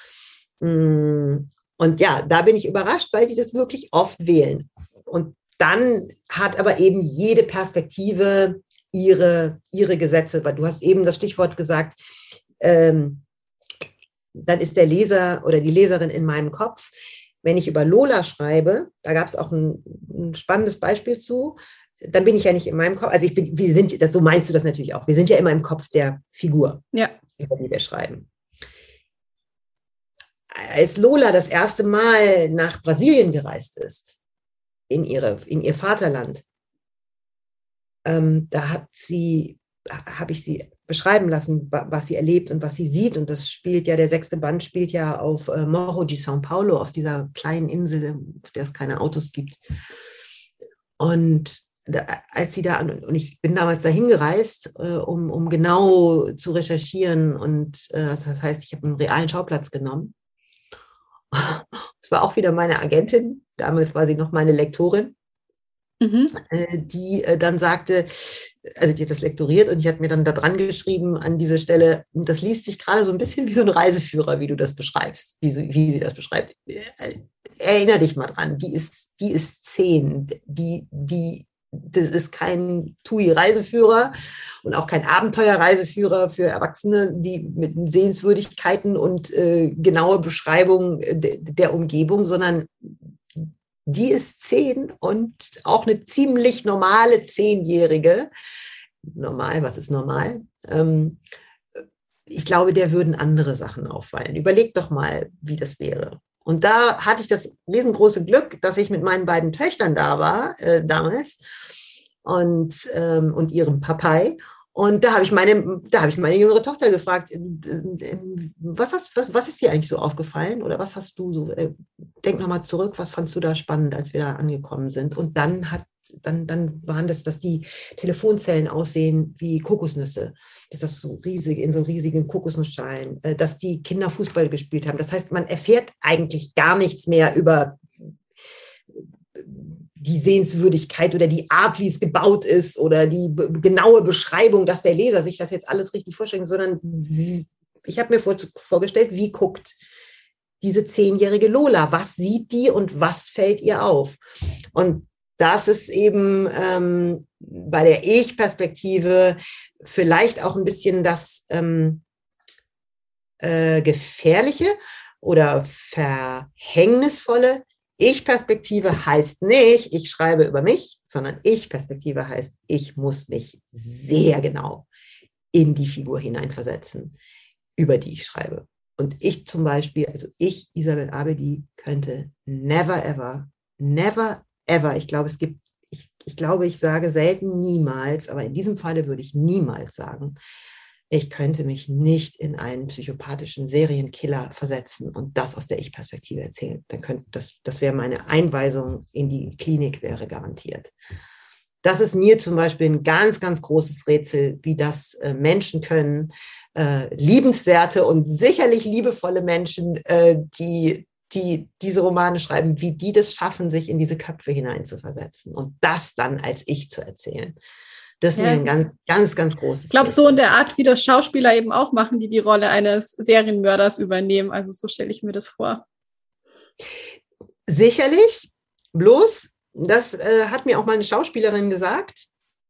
Und ja, da bin ich überrascht, weil die das wirklich oft wählen. Und dann hat aber eben jede Perspektive Ihre, ihre Gesetze, weil du hast eben das Stichwort gesagt, ähm, dann ist der Leser oder die Leserin in meinem Kopf. Wenn ich über Lola schreibe, da gab es auch ein, ein spannendes Beispiel zu, dann bin ich ja nicht in meinem Kopf, also ich bin, wir sind, das, so meinst du das natürlich auch, wir sind ja immer im Kopf der Figur, ja, über die wir schreiben. Als Lola das erste Mal nach Brasilien gereist ist, in, ihre, in ihr Vaterland, Ähm, da hat sie, habe ich sie beschreiben lassen, was sie erlebt und was sie sieht. Und das spielt ja, der sechste Band spielt ja auf äh, Morro de São Paulo, auf dieser kleinen Insel, auf der es keine Autos gibt. Und da, als sie da, und ich bin damals dahin gereist, äh, um, um genau zu recherchieren. Und äh, das heißt, ich habe einen realen Schauplatz genommen. Es war auch wieder meine Agentin, damals war sie noch meine Lektorin. Mhm. Die dann sagte, also die hat das lektoriert und die hat mir dann da dran geschrieben an diese Stelle, das liest sich gerade so ein bisschen wie so ein Reiseführer, wie du das beschreibst, wie, so, wie sie das beschreibt. Erinner dich mal dran, die ist, die ist zehn, die, die, das ist kein T U I-Reiseführer und auch kein Abenteuer-Reiseführer für Erwachsene, die mit Sehenswürdigkeiten und äh, genaue Beschreibung de, der Umgebung, sondern die ist zehn und auch eine ziemlich normale Zehnjährige. Normal, was ist normal? Ähm, ich glaube, der würden andere Sachen auffallen. Überleg doch mal, wie das wäre. Und da hatte ich das riesengroße Glück, dass ich mit meinen beiden Töchtern da war, äh, damals, und, ähm, und ihrem Papai. Und da habe ich meine, da habe ich meine jüngere Tochter gefragt, was, hast, was, was ist dir eigentlich so aufgefallen? Oder was hast du so, äh, denk nochmal zurück, was fandst du da spannend, als wir da angekommen sind? Und dann hat, dann, dann waren das, dass die Telefonzellen aussehen wie Kokosnüsse. Das ist so riesig, in so riesigen Kokosnussschalen, äh, dass die Kinder Fußball gespielt haben. Das heißt, man erfährt eigentlich gar nichts mehr über die Sehenswürdigkeit oder die Art, wie es gebaut ist oder die b- genaue Beschreibung, dass der Leser sich das jetzt alles richtig vorstellt, sondern wie, ich habe mir vor, vorgestellt, wie guckt diese zehnjährige Lola, was sieht die und was fällt ihr auf? Und das ist eben ähm, bei der Ich-Perspektive vielleicht auch ein bisschen das ähm, äh, Gefährliche oder Verhängnisvolle. Ich-Perspektive heißt nicht, ich schreibe über mich, sondern Ich-Perspektive heißt, ich muss mich sehr genau in die Figur hineinversetzen, über die ich schreibe. Und ich zum Beispiel, also ich, Isabel Abedi, könnte never ever, never ever, ich glaube, es gibt, ich, ich glaube, ich sage selten niemals, aber in diesem Falle würde ich niemals sagen, ich könnte mich nicht in einen psychopathischen Serienkiller versetzen und das aus der Ich-Perspektive erzählen. Dann könnte das, das wäre meine Einweisung in die Klinik, wäre garantiert. Das ist mir zum Beispiel ein ganz, ganz großes Rätsel, wie das äh, Menschen können, äh, liebenswerte und sicherlich liebevolle Menschen, äh, die, die diese Romane schreiben, wie die das schaffen, sich in diese Köpfe hineinzuversetzen und das dann als Ich zu erzählen. Das ist ja mir ein ganz, ganz, ganz großes Ich glaube, so in der Art, wie das Schauspieler eben auch machen, die die Rolle eines Serienmörders übernehmen. Also so stelle ich mir das vor. Sicherlich, bloß, das äh, hat mir auch meine Schauspielerin gesagt,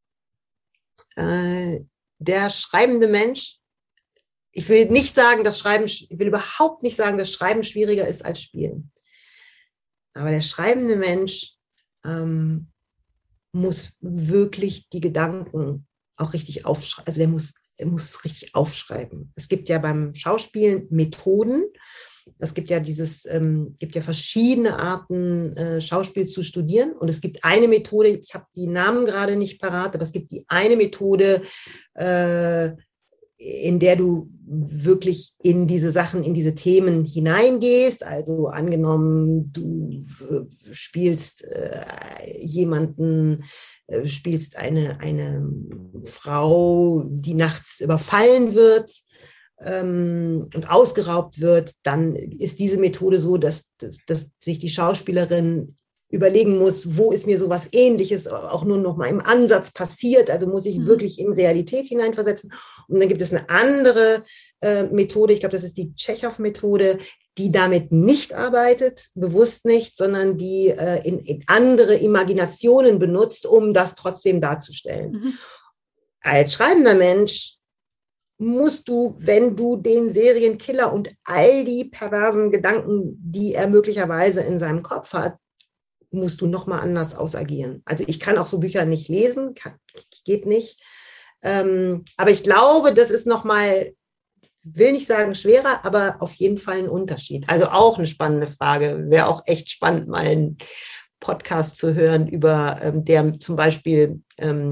äh, der schreibende Mensch, ich will nicht sagen, dass Schreiben, ich will überhaupt nicht sagen, dass Schreiben schwieriger ist als Spielen. Aber der schreibende Mensch ähm, muss wirklich die Gedanken auch richtig aufschreiben. Also der muss, der muss richtig aufschreiben. Es gibt ja beim Schauspielen Methoden. Es gibt ja dieses, ähm, gibt ja verschiedene Arten, äh, Schauspiel zu studieren. Und es gibt eine Methode, ich habe die Namen gerade nicht parat, aber es gibt die eine Methode, äh, in der du wirklich in diese Sachen, in diese Themen hineingehst. Also angenommen, du spielst äh, jemanden, äh, spielst eine, eine Frau, die nachts überfallen wird ähm, und ausgeraubt wird, dann ist diese Methode so, dass, dass, dass sich die Schauspielerin überlegen muss, wo ist mir sowas Ähnliches auch nur noch mal im Ansatz passiert, also muss ich wirklich in Realität hineinversetzen. Und dann gibt es eine andere äh, Methode, ich glaube, das ist die Tschechow-Methode, die damit nicht arbeitet, bewusst nicht, sondern die äh, in, in andere Imaginationen benutzt, um das trotzdem darzustellen. Mhm. Als schreibender Mensch musst du, wenn du den Serienkiller und all die perversen Gedanken, die er möglicherweise in seinem Kopf hat, musst du nochmal anders ausagieren. Also ich kann auch so Bücher nicht lesen, kann, geht nicht. Ähm, aber ich glaube, das ist nochmal, will nicht sagen schwerer, aber auf jeden Fall ein Unterschied. Also auch eine spannende Frage. Wäre auch echt spannend, mal einen Podcast zu hören über, ähm, der zum Beispiel ähm,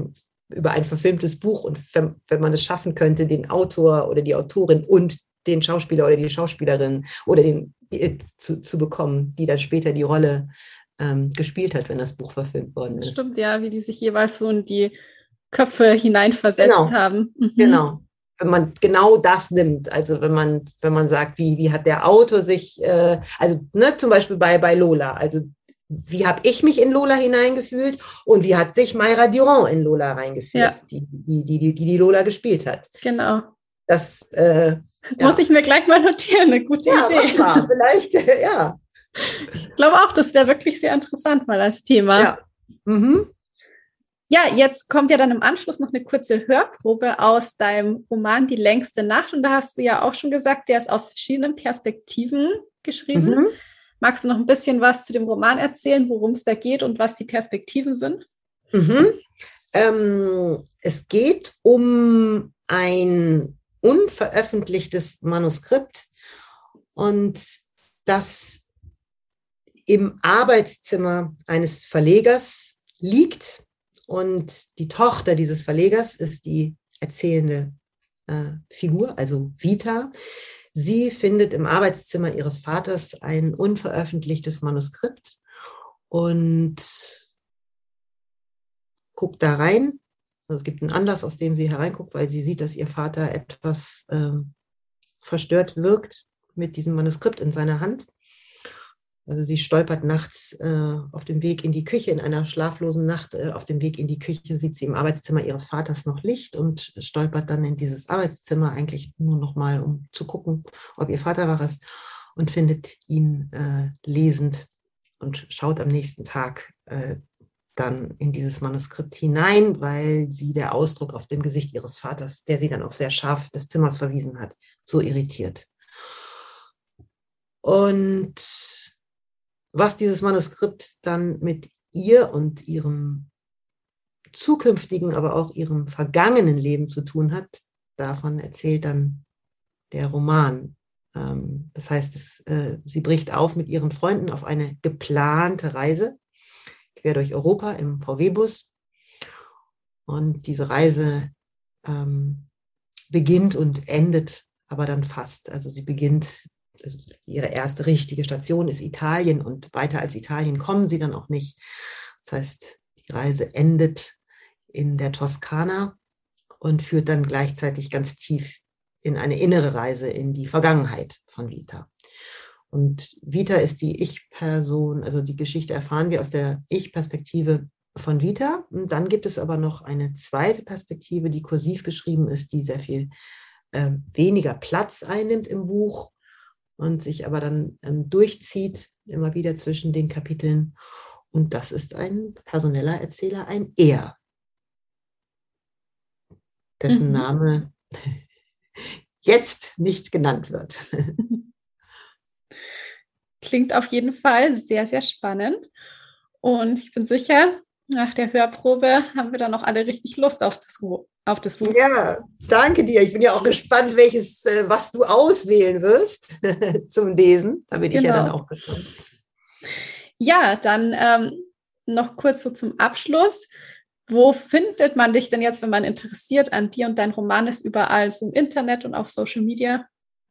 über ein verfilmtes Buch und wenn, wenn man es schaffen könnte, den Autor oder die Autorin und den Schauspieler oder die Schauspielerin oder den äh, zu, zu bekommen, die dann später die Rolle ähm, gespielt hat, wenn das Buch verfilmt worden ist. Stimmt, ja, wie die sich jeweils so in die Köpfe hineinversetzt Genau, haben. Mhm. genau. Wenn man genau das nimmt, also wenn man, wenn man sagt, wie, wie hat der Autor sich, äh, also ne, zum Beispiel bei, bei Lola, also wie habe ich mich in Lola hineingefühlt und wie hat sich Mayra Durand in Lola reingefühlt, Ja. die, die, die, die, die Lola gespielt hat. Genau. Das äh, ja. Muss ich mir gleich mal notieren, eine gute ja, Idee. Mach mal, vielleicht, ja. Ich glaube auch, das wäre wirklich sehr interessant mal als Thema. Ja. Mhm. Ja, jetzt kommt ja dann im Anschluss noch eine kurze Hörprobe aus deinem Roman Die längste Nacht. Und da hast du ja auch schon gesagt, der ist aus verschiedenen Perspektiven geschrieben. Mhm. Magst du noch ein bisschen was zu dem Roman erzählen, worum es da geht und was die Perspektiven sind? Mhm. Ähm, es geht um ein unveröffentlichtes Manuskript und das im Arbeitszimmer eines Verlegers liegt. Und die Tochter dieses Verlegers ist die erzählende äh, Figur, also Vita. Sie findet im Arbeitszimmer ihres Vaters ein unveröffentlichtes Manuskript und guckt da rein. Also es gibt einen Anlass, aus dem sie hereinguckt, weil sie sieht, dass ihr Vater etwas äh, verstört wirkt mit diesem Manuskript in seiner Hand. Also sie stolpert nachts äh, auf dem Weg in die Küche, in einer schlaflosen Nacht, äh, auf dem Weg in die Küche sieht sie im Arbeitszimmer ihres Vaters noch Licht und stolpert dann in dieses Arbeitszimmer eigentlich nur noch mal, um zu gucken, ob ihr Vater war es, und findet ihn äh, lesend und schaut am nächsten Tag äh, dann in dieses Manuskript hinein, weil sie der Ausdruck auf dem Gesicht ihres Vaters, der sie dann auch sehr scharf des Zimmers verwiesen hat, so irritiert. Und was dieses Manuskript dann mit ihr und ihrem zukünftigen, aber auch ihrem vergangenen Leben zu tun hat, davon erzählt dann der Roman. Ähm, das heißt, es, äh, sie bricht auf mit ihren Freunden auf eine geplante Reise quer durch Europa im V W-Bus. Und diese Reise ähm, beginnt und endet aber dann fast. Also sie beginnt, also ihre erste richtige Station ist Italien und weiter als Italien kommen sie dann auch nicht. Das heißt, die Reise endet in der Toskana und führt dann gleichzeitig ganz tief in eine innere Reise in die Vergangenheit von Vita. Und Vita ist die Ich-Person, also die Geschichte erfahren wir aus der Ich-Perspektive von Vita. Und dann gibt es aber noch eine zweite Perspektive, die kursiv geschrieben ist, die sehr viel äh, weniger Platz einnimmt im Buch und sich aber dann ähm, durchzieht, immer wieder zwischen den Kapiteln. Und das ist ein personeller Erzähler, ein Er, dessen mhm. Name jetzt nicht genannt wird. Klingt auf jeden Fall sehr, sehr spannend. Und ich bin sicher, nach der Hörprobe haben wir dann noch alle richtig Lust auf das, auf das Buch. Ja, danke dir. Ich bin ja auch gespannt, welches, was du auswählen wirst zum Lesen. Da bin genau. ich ja dann auch gespannt. Ja, dann ähm, noch kurz so zum Abschluss. Wo findet man dich denn jetzt, wenn man interessiert an dir und dein Roman ist, überall so im Internet und auf Social Media?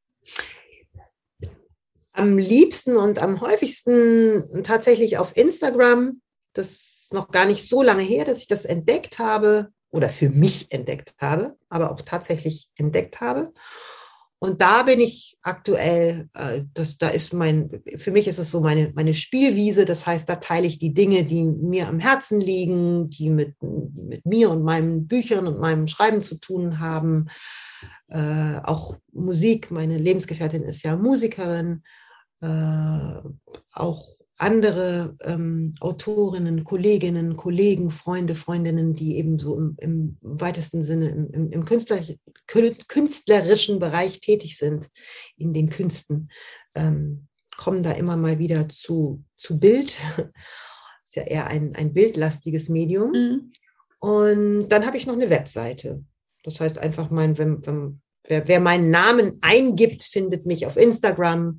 Am liebsten und am häufigsten tatsächlich auf Instagram. Das ist noch gar nicht so lange her, dass ich das entdeckt habe oder für mich entdeckt habe, aber auch tatsächlich entdeckt habe. Und da bin ich aktuell, äh, das, da ist mein, für mich ist es so meine, meine Spielwiese. Das heißt, da teile ich die Dinge, die mir am Herzen liegen, die mit, mit mir und meinen Büchern und meinem Schreiben zu tun haben. Äh, auch Musik, meine Lebensgefährtin ist ja Musikerin. Äh, auch andere ähm, Autorinnen, Kolleginnen, Kollegen, Freunde, Freundinnen, die eben so im, im weitesten Sinne im, im, im Künstler, künstlerischen Bereich tätig sind, in den Künsten, ähm, kommen da immer mal wieder zu, zu Bild. Ist ja eher ein, ein bildlastiges Medium. Mhm. Und dann habe ich noch eine Webseite. Das heißt einfach, mein, wenn, wenn, wer, wer meinen Namen eingibt, findet mich auf Instagram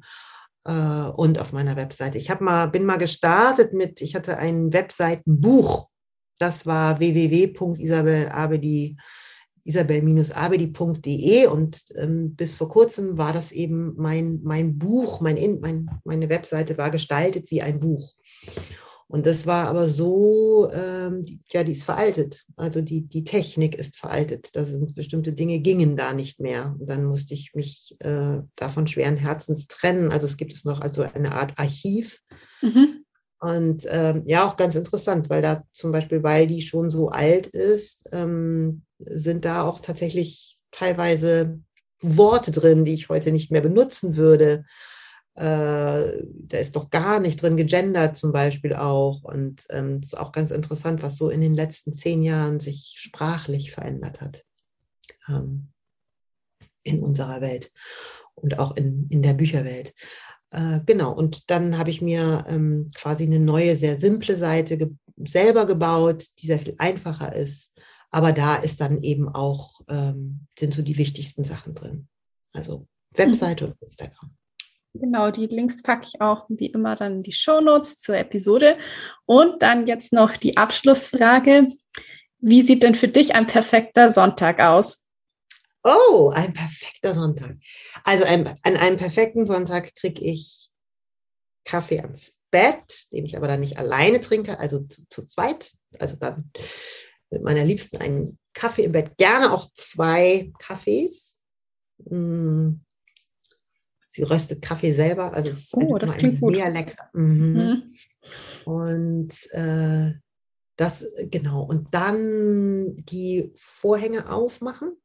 und auf meiner Webseite. Ich hab mal, bin mal gestartet mit, ich hatte ein Webseitenbuch Das war w w w punkt isabel abedi isabel-abedi punkt de und ähm, bis vor kurzem war das eben mein, mein Buch, mein, mein, meine Webseite war gestaltet wie ein Buch. Und das war aber so, ähm, die, ja, die ist veraltet. Also die, die Technik ist veraltet. Da sind bestimmte Dinge gingen da nicht mehr. Und dann musste ich mich äh, davon schweren Herzens trennen. Also es gibt es noch also eine Art Archiv. Mhm. Und ähm, ja, auch ganz interessant, weil da zum Beispiel, weil die schon so alt ist, ähm, sind da auch tatsächlich teilweise Worte drin, die ich heute nicht mehr benutzen würde. Äh, da ist doch gar nicht drin gegendert zum Beispiel auch. Und ähm, das ist auch ganz interessant, was so in den letzten zehn Jahren sich sprachlich verändert hat ähm, in unserer Welt und auch in, in der Bücherwelt. Äh, genau, und dann habe ich mir ähm, quasi eine neue, sehr simple Seite ge- selber gebaut, die sehr viel einfacher ist. Aber da ist dann eben auch, ähm, sind so die wichtigsten Sachen drin. Also Webseite mhm. und Instagram. Genau, die Links packe ich auch wie immer dann in die Shownotes zur Episode. Und dann jetzt noch die Abschlussfrage. Wie sieht denn für dich ein perfekter Sonntag aus? Oh, ein perfekter Sonntag. Also ein, an einem perfekten Sonntag kriege ich Kaffee ans Bett, den ich aber dann nicht alleine trinke, also zu, zu zweit. Also dann mit meiner Liebsten einen Kaffee im Bett, gerne auch zwei Kaffees. Mmh. Sie röstet Kaffee selber, also es ist oh, das klingt gut. Sehr lecker. Mhm. Mhm. Und äh, das, genau, und dann die Vorhänge aufmachen.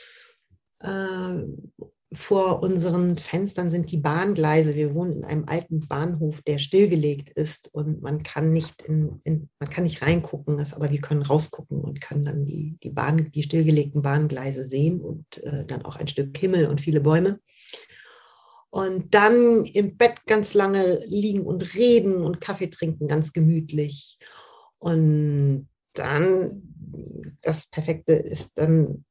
Äh, vor unseren Fenstern sind die Bahngleise. Wir wohnen in einem alten Bahnhof, der stillgelegt ist und man kann nicht in, in man kann nicht reingucken, das, aber wir können rausgucken und kann dann die, die, Bahn, die stillgelegten Bahngleise sehen und äh, dann auch ein Stück Himmel und viele Bäume. Und dann im Bett ganz lange liegen und reden und Kaffee trinken, ganz gemütlich. Und dann, das Perfekte ist dann,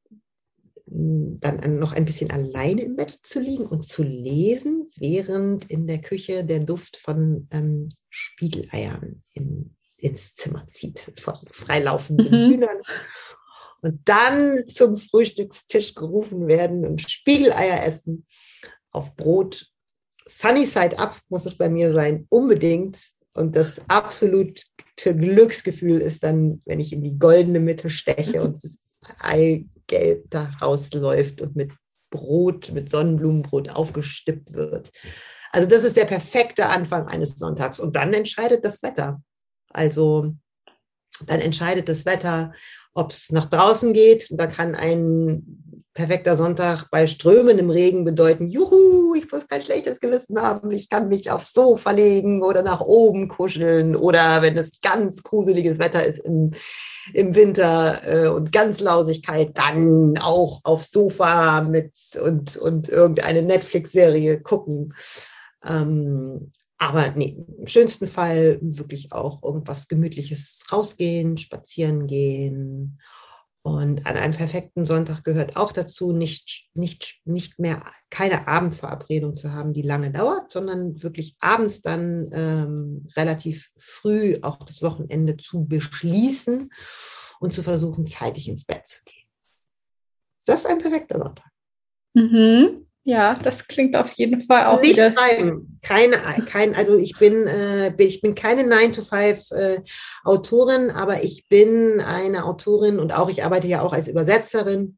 dann noch ein bisschen alleine im Bett zu liegen und zu lesen, während in der Küche der Duft von ähm, Spiegeleiern in, ins Zimmer zieht, von freilaufenden mhm. Hühnern. Und dann zum Frühstückstisch gerufen werden und Spiegeleier essen. Auf Brot, sunny side up muss es bei mir sein, unbedingt. Und das absolute Glücksgefühl ist dann, wenn ich in die goldene Mitte steche und das Eigelb da rausläuft und mit Brot, mit Sonnenblumenbrot aufgestippt wird. Also das ist der perfekte Anfang eines Sonntags. Und dann entscheidet das Wetter. Also dann entscheidet das Wetter, ob es nach draußen geht. Da kann ein perfekter Sonntag bei strömendem Regen bedeuten, juhu, ich muss kein schlechtes Gewissen haben, ich kann mich aufs Sofa legen oder nach oben kuscheln oder wenn es ganz gruseliges Wetter ist im, im Winter äh, und ganz Lausigkeit, dann auch aufs Sofa mit und, und irgendeine Netflix-Serie gucken. Ähm, aber nee, im schönsten Fall wirklich auch irgendwas Gemütliches rausgehen, spazieren gehen. Und an einem perfekten Sonntag gehört auch dazu, nicht, nicht, nicht mehr keine Abendverabredung zu haben, die lange dauert, sondern wirklich abends dann ähm, relativ früh auch das Wochenende zu beschließen und zu versuchen, zeitig ins Bett zu gehen. Das ist ein perfekter Sonntag. Mhm. Ja, das klingt auf jeden Fall auch nicht wieder... schreiben. Keine, kein, also ich bin, äh, ich bin keine nine to five äh, Autorin, aber ich bin eine Autorin und auch ich arbeite ja auch als Übersetzerin.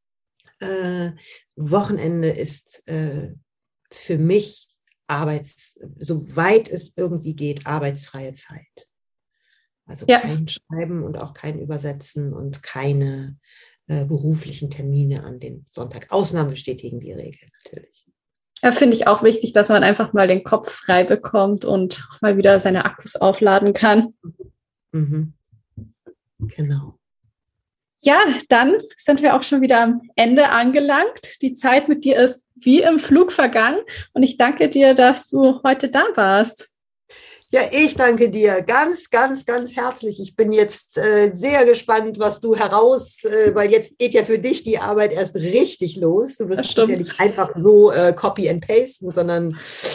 Äh, Wochenende ist äh, für mich Arbeits, soweit es irgendwie geht, arbeitsfreie Zeit. Also ja. Kein Schreiben und auch kein Übersetzen und keine äh, beruflichen Termine an den Sonntag. Ausnahmen bestätigen die Regel natürlich. Ja, finde ich auch wichtig, dass man einfach mal den Kopf frei bekommt und mal wieder seine Akkus aufladen kann. Mhm. Genau. Ja, dann sind wir auch schon wieder am Ende angelangt. Die Zeit mit dir ist wie im Flug vergangen und ich danke dir, dass du heute da warst. Ja, ich danke dir ganz, ganz, ganz herzlich. Ich bin jetzt äh, sehr gespannt, was du heraus, äh, weil jetzt geht ja für dich die Arbeit erst richtig los. Du wirst es ja nicht einfach so äh, copy and pasten, sondern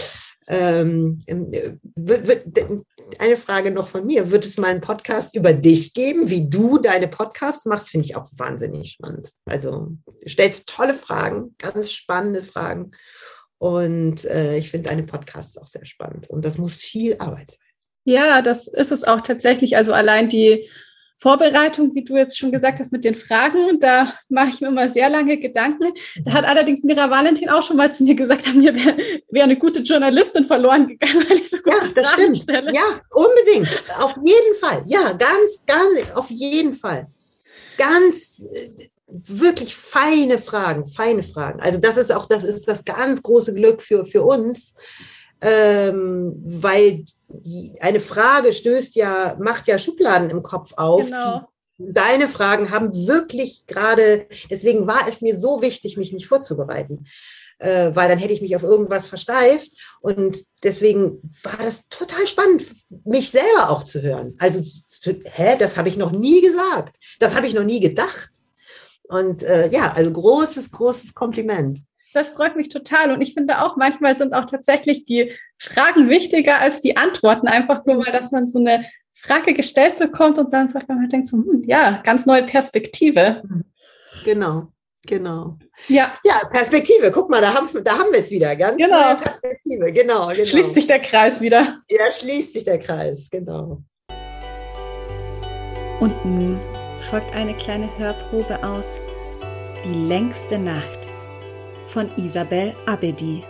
Ähm, wird, wird, eine Frage noch von mir. Wird es mal einen Podcast über dich geben, wie du deine Podcasts machst? Finde ich auch wahnsinnig spannend. Also du stellst tolle Fragen, ganz spannende Fragen. Und äh, ich finde deine Podcasts auch sehr spannend. Und das muss viel Arbeit sein. Ja, das ist es auch tatsächlich. Also allein die Vorbereitung, wie du jetzt schon gesagt hast, mit den Fragen, da mache ich mir immer sehr lange Gedanken. Da hat allerdings Mira Valentin auch schon mal zu mir gesagt, mir wäre wär eine gute Journalistin verloren gegangen, weil ich so gute Ja, das Fragen stimmt. stelle. Ja, unbedingt. Auf jeden Fall. Ja, ganz, ganz, auf jeden Fall. Ganz, äh, wirklich feine Fragen, feine Fragen. Also das ist auch, das ist das ganz große Glück für, für uns, ähm, weil die, eine Frage stößt ja, macht ja Schubladen im Kopf auf. Genau. Die, deine Fragen haben wirklich gerade, deswegen war es mir so wichtig, mich nicht vorzubereiten, äh, weil dann hätte ich mich auf irgendwas versteift und deswegen war das total spannend, mich selber auch zu hören. Also, hä, das habe ich noch nie gesagt, das habe ich noch nie gedacht. Und äh, ja, also großes, großes Kompliment. Das freut mich total. Und ich finde auch, manchmal sind auch tatsächlich die Fragen wichtiger als die Antworten. Einfach nur mal, dass man so eine Frage gestellt bekommt und dann sagt man, man denkt so, hm, ja, ganz neue Perspektive. Genau, genau. Ja, ja Perspektive. Guck mal, da haben, da haben wir es wieder. Ganz genau. neue Perspektive. Genau, genau. Schließt sich der Kreis wieder. Ja, schließt sich der Kreis. Genau. Und nun folgt eine kleine Hörprobe aus Die längste Nacht von Isabel Abedi.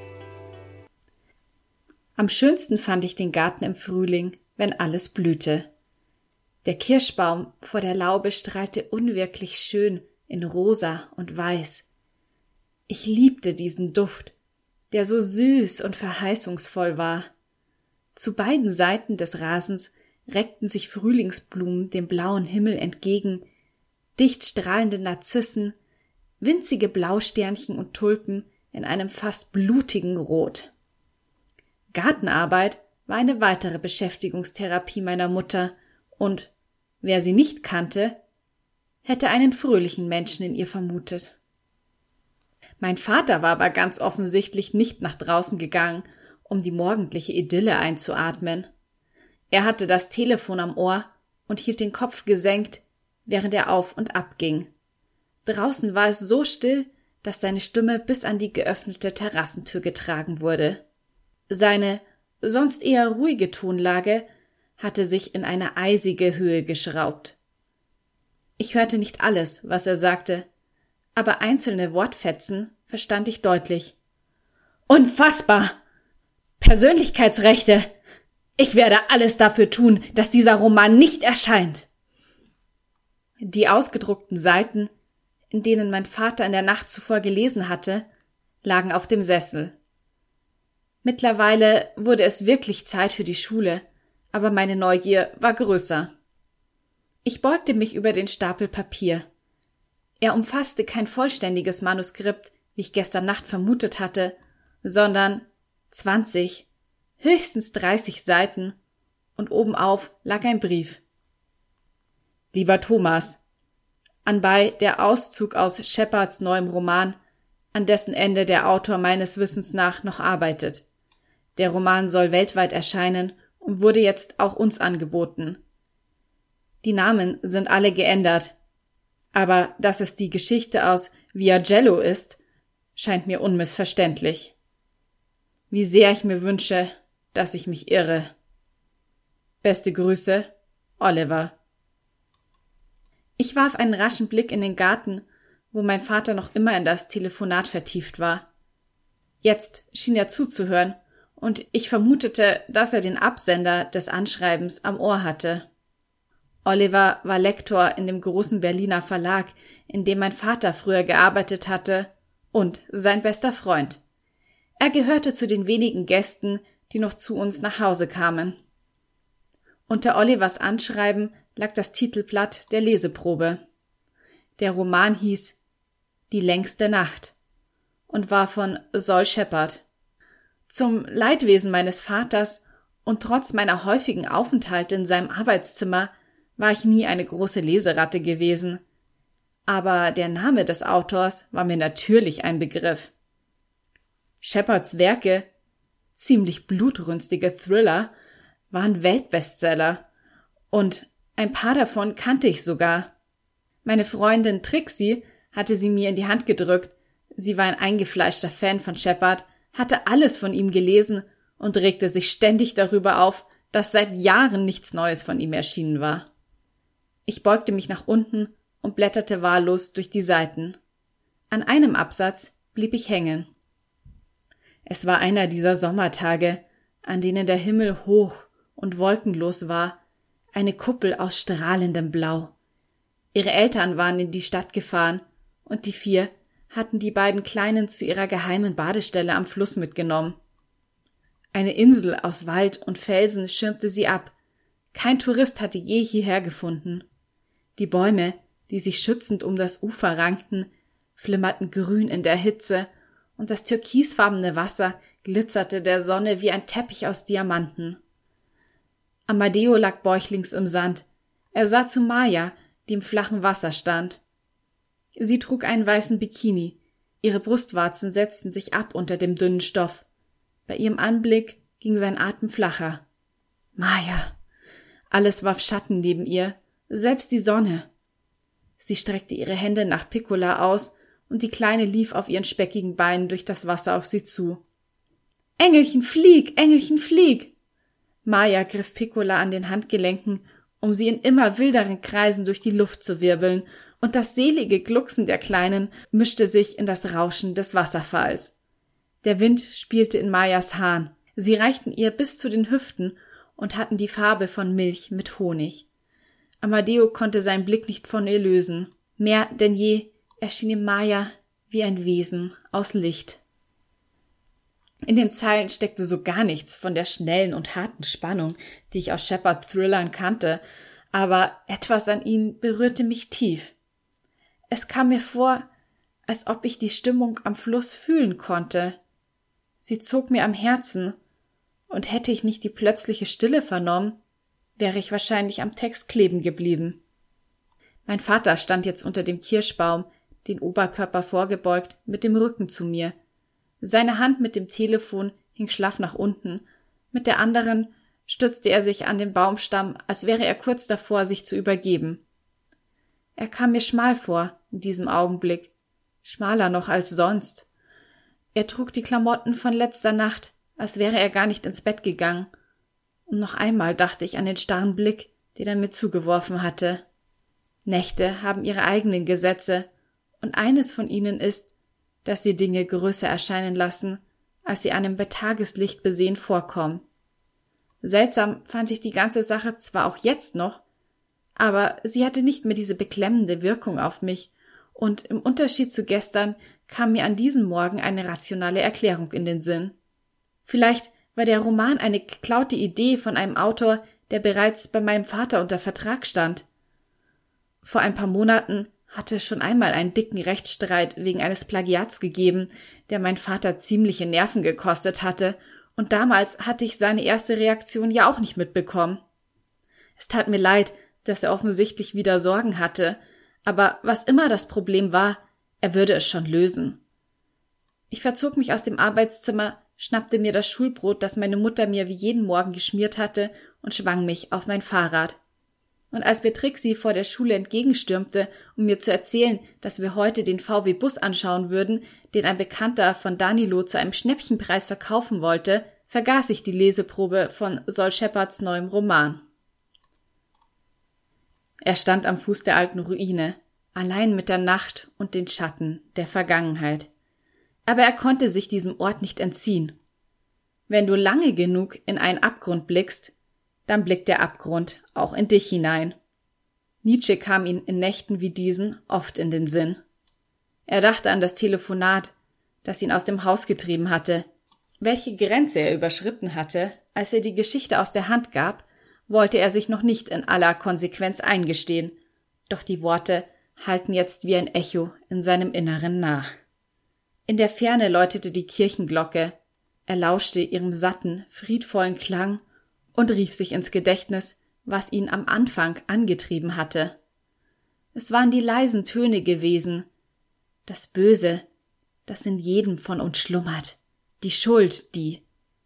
Am schönsten fand ich den Garten im Frühling, wenn alles blühte. Der Kirschbaum vor der Laube strahlte unwirklich schön in rosa und weiß. Ich liebte diesen Duft, der so süß und verheißungsvoll war. Zu beiden Seiten des Rasens reckten sich Frühlingsblumen dem blauen Himmel entgegen, dicht strahlende Narzissen, winzige Blausternchen und Tulpen in einem fast blutigen Rot. Gartenarbeit war eine weitere Beschäftigungstherapie meiner Mutter und, wer sie nicht kannte, hätte einen fröhlichen Menschen in ihr vermutet. Mein Vater war aber ganz offensichtlich nicht nach draußen gegangen, um die morgendliche Idylle einzuatmen. Er hatte das Telefon am Ohr und hielt den Kopf gesenkt, während er auf und ab ging. Draußen war es so still, dass seine Stimme bis an die geöffnete Terrassentür getragen wurde. Seine sonst eher ruhige Tonlage hatte sich in eine eisige Höhe geschraubt. Ich hörte nicht alles, was er sagte, aber einzelne Wortfetzen verstand ich deutlich. Unfassbar! Persönlichkeitsrechte! Ich werde alles dafür tun, dass dieser Roman nicht erscheint. Die ausgedruckten Seiten, in denen mein Vater in der Nacht zuvor gelesen hatte, lagen auf dem Sessel. Mittlerweile wurde es wirklich Zeit für die Schule, aber meine Neugier war größer. Ich beugte mich über den Stapel Papier. Er umfasste kein vollständiges Manuskript, wie ich gestern Nacht vermutet hatte, sondern zwanzig, höchstens dreißig Seiten, und obenauf lag ein Brief. Lieber Thomas, anbei der Auszug aus Shepards neuem Roman, an dessen Ende der Autor meines Wissens nach noch arbeitet. Der Roman soll weltweit erscheinen und wurde jetzt auch uns angeboten. Die Namen sind alle geändert, aber dass es die Geschichte aus Viagello ist, scheint mir unmissverständlich. Wie sehr ich mir wünsche, dass ich mich irre. Beste Grüße, Oliver. Ich warf einen raschen Blick in den Garten, wo mein Vater noch immer in das Telefonat vertieft war. Jetzt schien er zuzuhören, und ich vermutete, dass er den Absender des Anschreibens am Ohr hatte. Oliver war Lektor in dem großen Berliner Verlag, in dem mein Vater früher gearbeitet hatte, und sein bester Freund. Er gehörte zu den wenigen Gästen, die noch zu uns nach Hause kamen. Unter Olivers Anschreiben lag das Titelblatt der Leseprobe. Der Roman hieß Die längste Nacht und war von Sol Shepard. Zum Leidwesen meines Vaters und trotz meiner häufigen Aufenthalte in seinem Arbeitszimmer war ich nie eine große Leseratte gewesen. Aber der Name des Autors war mir natürlich ein Begriff. Shepards Werke, ziemlich blutrünstige Thriller waren Weltbestseller und ein paar davon kannte ich sogar. Meine Freundin Trixie hatte sie mir in die Hand gedrückt. Sie war ein eingefleischter Fan von Shepard, hatte alles von ihm gelesen und regte sich ständig darüber auf, dass seit Jahren nichts Neues von ihm erschienen war. Ich beugte mich nach unten und blätterte wahllos durch die Seiten. An einem Absatz blieb ich hängen. Es war einer dieser Sommertage, an denen der Himmel hoch und wolkenlos war, eine Kuppel aus strahlendem Blau. Ihre Eltern waren in die Stadt gefahren und die vier hatten die beiden Kleinen zu ihrer geheimen Badestelle am Fluss mitgenommen. Eine Insel aus Wald und Felsen schirmte sie ab. Kein Tourist hatte je hierher gefunden. Die Bäume, die sich schützend um das Ufer rankten, flimmerten grün in der Hitze und das türkisfarbene Wasser glitzerte der Sonne wie ein Teppich aus Diamanten. Amadeo lag bäuchlings im Sand. Er sah zu Maya, die im flachen Wasser stand. Sie trug einen weißen Bikini. Ihre Brustwarzen setzten sich ab unter dem dünnen Stoff. Bei ihrem Anblick ging sein Atem flacher. Maya! Alles warf Schatten neben ihr, selbst die Sonne. Sie streckte ihre Hände nach Piccola aus und die Kleine lief auf ihren speckigen Beinen durch das Wasser auf sie zu. »Engelchen, flieg! Engelchen, flieg!« Maya griff Piccola an den Handgelenken, um sie in immer wilderen Kreisen durch die Luft zu wirbeln, und das selige Glucksen der Kleinen mischte sich in das Rauschen des Wasserfalls. Der Wind spielte in Mayas Haaren. Sie reichten ihr bis zu den Hüften und hatten die Farbe von Milch mit Honig. Amadeo konnte seinen Blick nicht von ihr lösen. Mehr denn je erschien ihm Maya wie ein Wesen aus Licht. In den Zeilen steckte so gar nichts von der schnellen und harten Spannung, die ich aus Shepard-Thrillern kannte, aber etwas an ihnen berührte mich tief. Es kam mir vor, als ob ich die Stimmung am Fluss fühlen konnte. Sie zog mir am Herzen, und hätte ich nicht die plötzliche Stille vernommen, wäre ich wahrscheinlich am Text kleben geblieben. Mein Vater stand jetzt unter dem Kirschbaum, den Oberkörper vorgebeugt, mit dem Rücken zu mir. Seine Hand mit dem Telefon hing schlaff nach unten, mit der anderen stützte er sich an den Baumstamm, als wäre er kurz davor, sich zu übergeben. Er kam mir schmal vor in diesem Augenblick, schmaler noch als sonst. Er trug die Klamotten von letzter Nacht, als wäre er gar nicht ins Bett gegangen. Und noch einmal dachte ich an den starren Blick, den er mir zugeworfen hatte. Nächte haben ihre eigenen Gesetze, und eines von ihnen ist, dass sie Dinge größer erscheinen lassen, als sie einem bei Tageslicht besehen vorkommen. Seltsam fand ich die ganze Sache zwar auch jetzt noch, aber sie hatte nicht mehr diese beklemmende Wirkung auf mich, und im Unterschied zu gestern kam mir an diesem Morgen eine rationale Erklärung in den Sinn. Vielleicht war der Roman eine geklaute Idee von einem Autor, der bereits bei meinem Vater unter Vertrag stand. Vor ein paar Monaten hatte es schon einmal einen dicken Rechtsstreit wegen eines Plagiats gegeben, der mein Vater ziemliche Nerven gekostet hatte, und damals hatte ich seine erste Reaktion ja auch nicht mitbekommen. Es tat mir leid, dass er offensichtlich wieder Sorgen hatte, aber was immer das Problem war, er würde es schon lösen. Ich verzog mich aus dem Arbeitszimmer, schnappte mir das Schulbrot, das meine Mutter mir wie jeden Morgen geschmiert hatte, und schwang mich auf mein Fahrrad. Und als mir Trixie vor der Schule entgegenstürmte, um mir zu erzählen, dass wir heute den V W-Bus anschauen würden, den ein Bekannter von Danilo zu einem Schnäppchenpreis verkaufen wollte, vergaß ich die Leseprobe von Sol Shepards neuem Roman. Er stand am Fuß der alten Ruine, allein mit der Nacht und den Schatten der Vergangenheit. Aber er konnte sich diesem Ort nicht entziehen. Wenn du lange genug in einen Abgrund blickst, dann blickt der Abgrund auch in dich hinein. Nietzsche kam ihm in Nächten wie diesen oft in den Sinn. Er dachte an das Telefonat, das ihn aus dem Haus getrieben hatte. Welche Grenze er überschritten hatte, als er die Geschichte aus der Hand gab, wollte er sich noch nicht in aller Konsequenz eingestehen, doch die Worte hallten jetzt wie ein Echo in seinem Inneren nach. In der Ferne läutete die Kirchenglocke, er lauschte ihrem satten, friedvollen Klang und rief sich ins Gedächtnis, was ihn am Anfang angetrieben hatte. Es waren die leisen Töne gewesen, das Böse, das in jedem von uns schlummert, die Schuld, die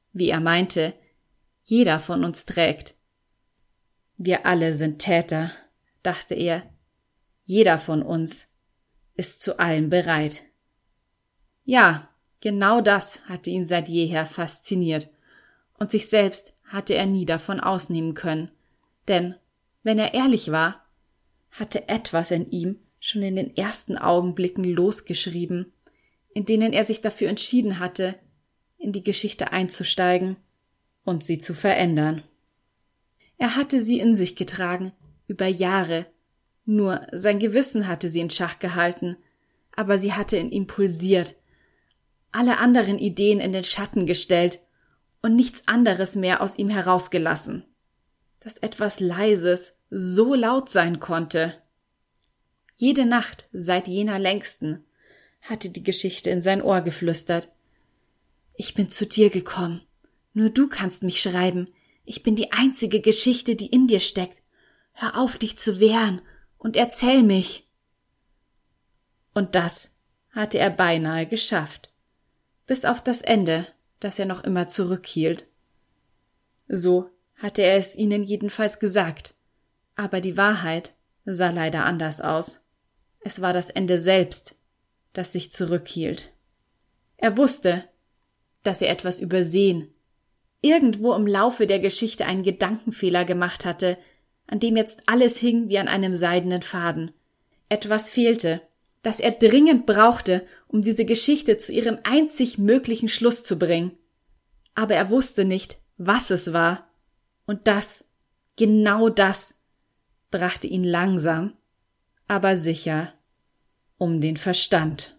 wie er meinte, jeder von uns trägt. Wir alle sind Täter, dachte er. Jeder von uns ist zu allem bereit. Ja, genau das hatte ihn seit jeher fasziniert, und sich selbst hatte er nie davon ausnehmen können, denn, wenn er ehrlich war, hatte etwas in ihm schon in den ersten Augenblicken losgeschrieben, in denen er sich dafür entschieden hatte, in die Geschichte einzusteigen und sie zu verändern. Er hatte sie in sich getragen, über Jahre, nur sein Gewissen hatte sie in Schach gehalten, aber sie hatte in ihm pulsiert, alle anderen Ideen in den Schatten gestellt und nichts anderes mehr aus ihm herausgelassen, dass etwas Leises so laut sein konnte. Jede Nacht seit jener längsten hatte die Geschichte in sein Ohr geflüstert. Ich bin zu dir gekommen, nur du kannst mich schreiben, ich bin die einzige Geschichte, die in dir steckt. Hör auf, dich zu wehren und erzähl mich. Und das hatte er beinahe geschafft, bis auf das Ende, das er noch immer zurückhielt. So hatte er es ihnen jedenfalls gesagt, aber die Wahrheit sah leider anders aus. Es war das Ende selbst, das sich zurückhielt. Er wusste, dass er etwas übersehen, irgendwo im Laufe der Geschichte einen Gedankenfehler gemacht hatte, an dem jetzt alles hing wie an einem seidenen Faden. Etwas fehlte, das er dringend brauchte, um diese Geschichte zu ihrem einzig möglichen Schluss zu bringen. Aber er wusste nicht, was es war. Und das, genau das, brachte ihn langsam, aber sicher um den Verstand.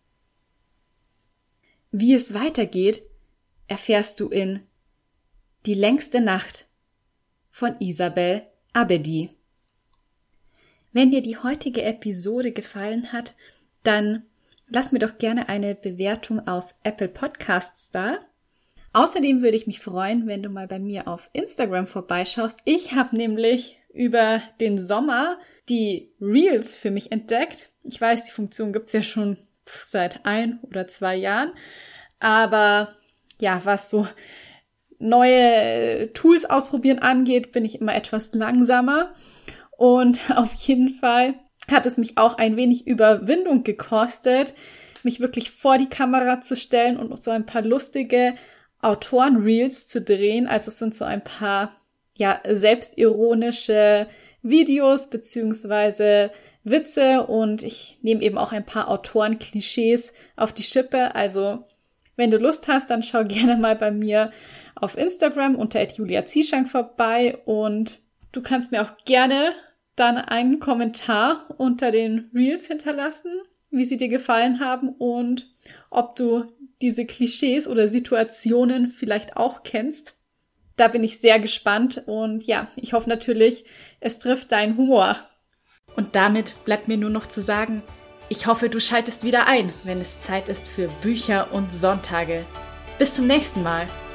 Wie es weitergeht, erfährst du in Die längste Nacht von Isabel Abedi. Wenn dir die heutige Episode gefallen hat, dann lass mir doch gerne eine Bewertung auf Apple Podcasts da. Außerdem würde ich mich freuen, wenn du mal bei mir auf Instagram vorbeischaust. Ich habe nämlich über den Sommer die Reels für mich entdeckt. Ich weiß, die Funktion gibt's ja schon seit ein oder zwei Jahren. Aber ja, was so neue Tools ausprobieren angeht, bin ich immer etwas langsamer. Und auf jeden Fall hat es mich auch ein wenig Überwindung gekostet, mich wirklich vor die Kamera zu stellen und so ein paar lustige Autoren-Reels zu drehen. Also es sind so ein paar ja selbstironische Videos beziehungsweise Witze und ich nehme eben auch ein paar Autoren-Klischees auf die Schippe. Also wenn du Lust hast, dann schau gerne mal bei mir auf Instagram unter at julia zieschank vorbei und du kannst mir auch gerne dann einen Kommentar unter den Reels hinterlassen, wie sie dir gefallen haben und ob du diese Klischees oder Situationen vielleicht auch kennst. Da bin ich sehr gespannt und ja, ich hoffe natürlich, es trifft deinen Humor. Und damit bleibt mir nur noch zu sagen, ich hoffe, du schaltest wieder ein, wenn es Zeit ist für Bücher und Sonntage. Bis zum nächsten Mal.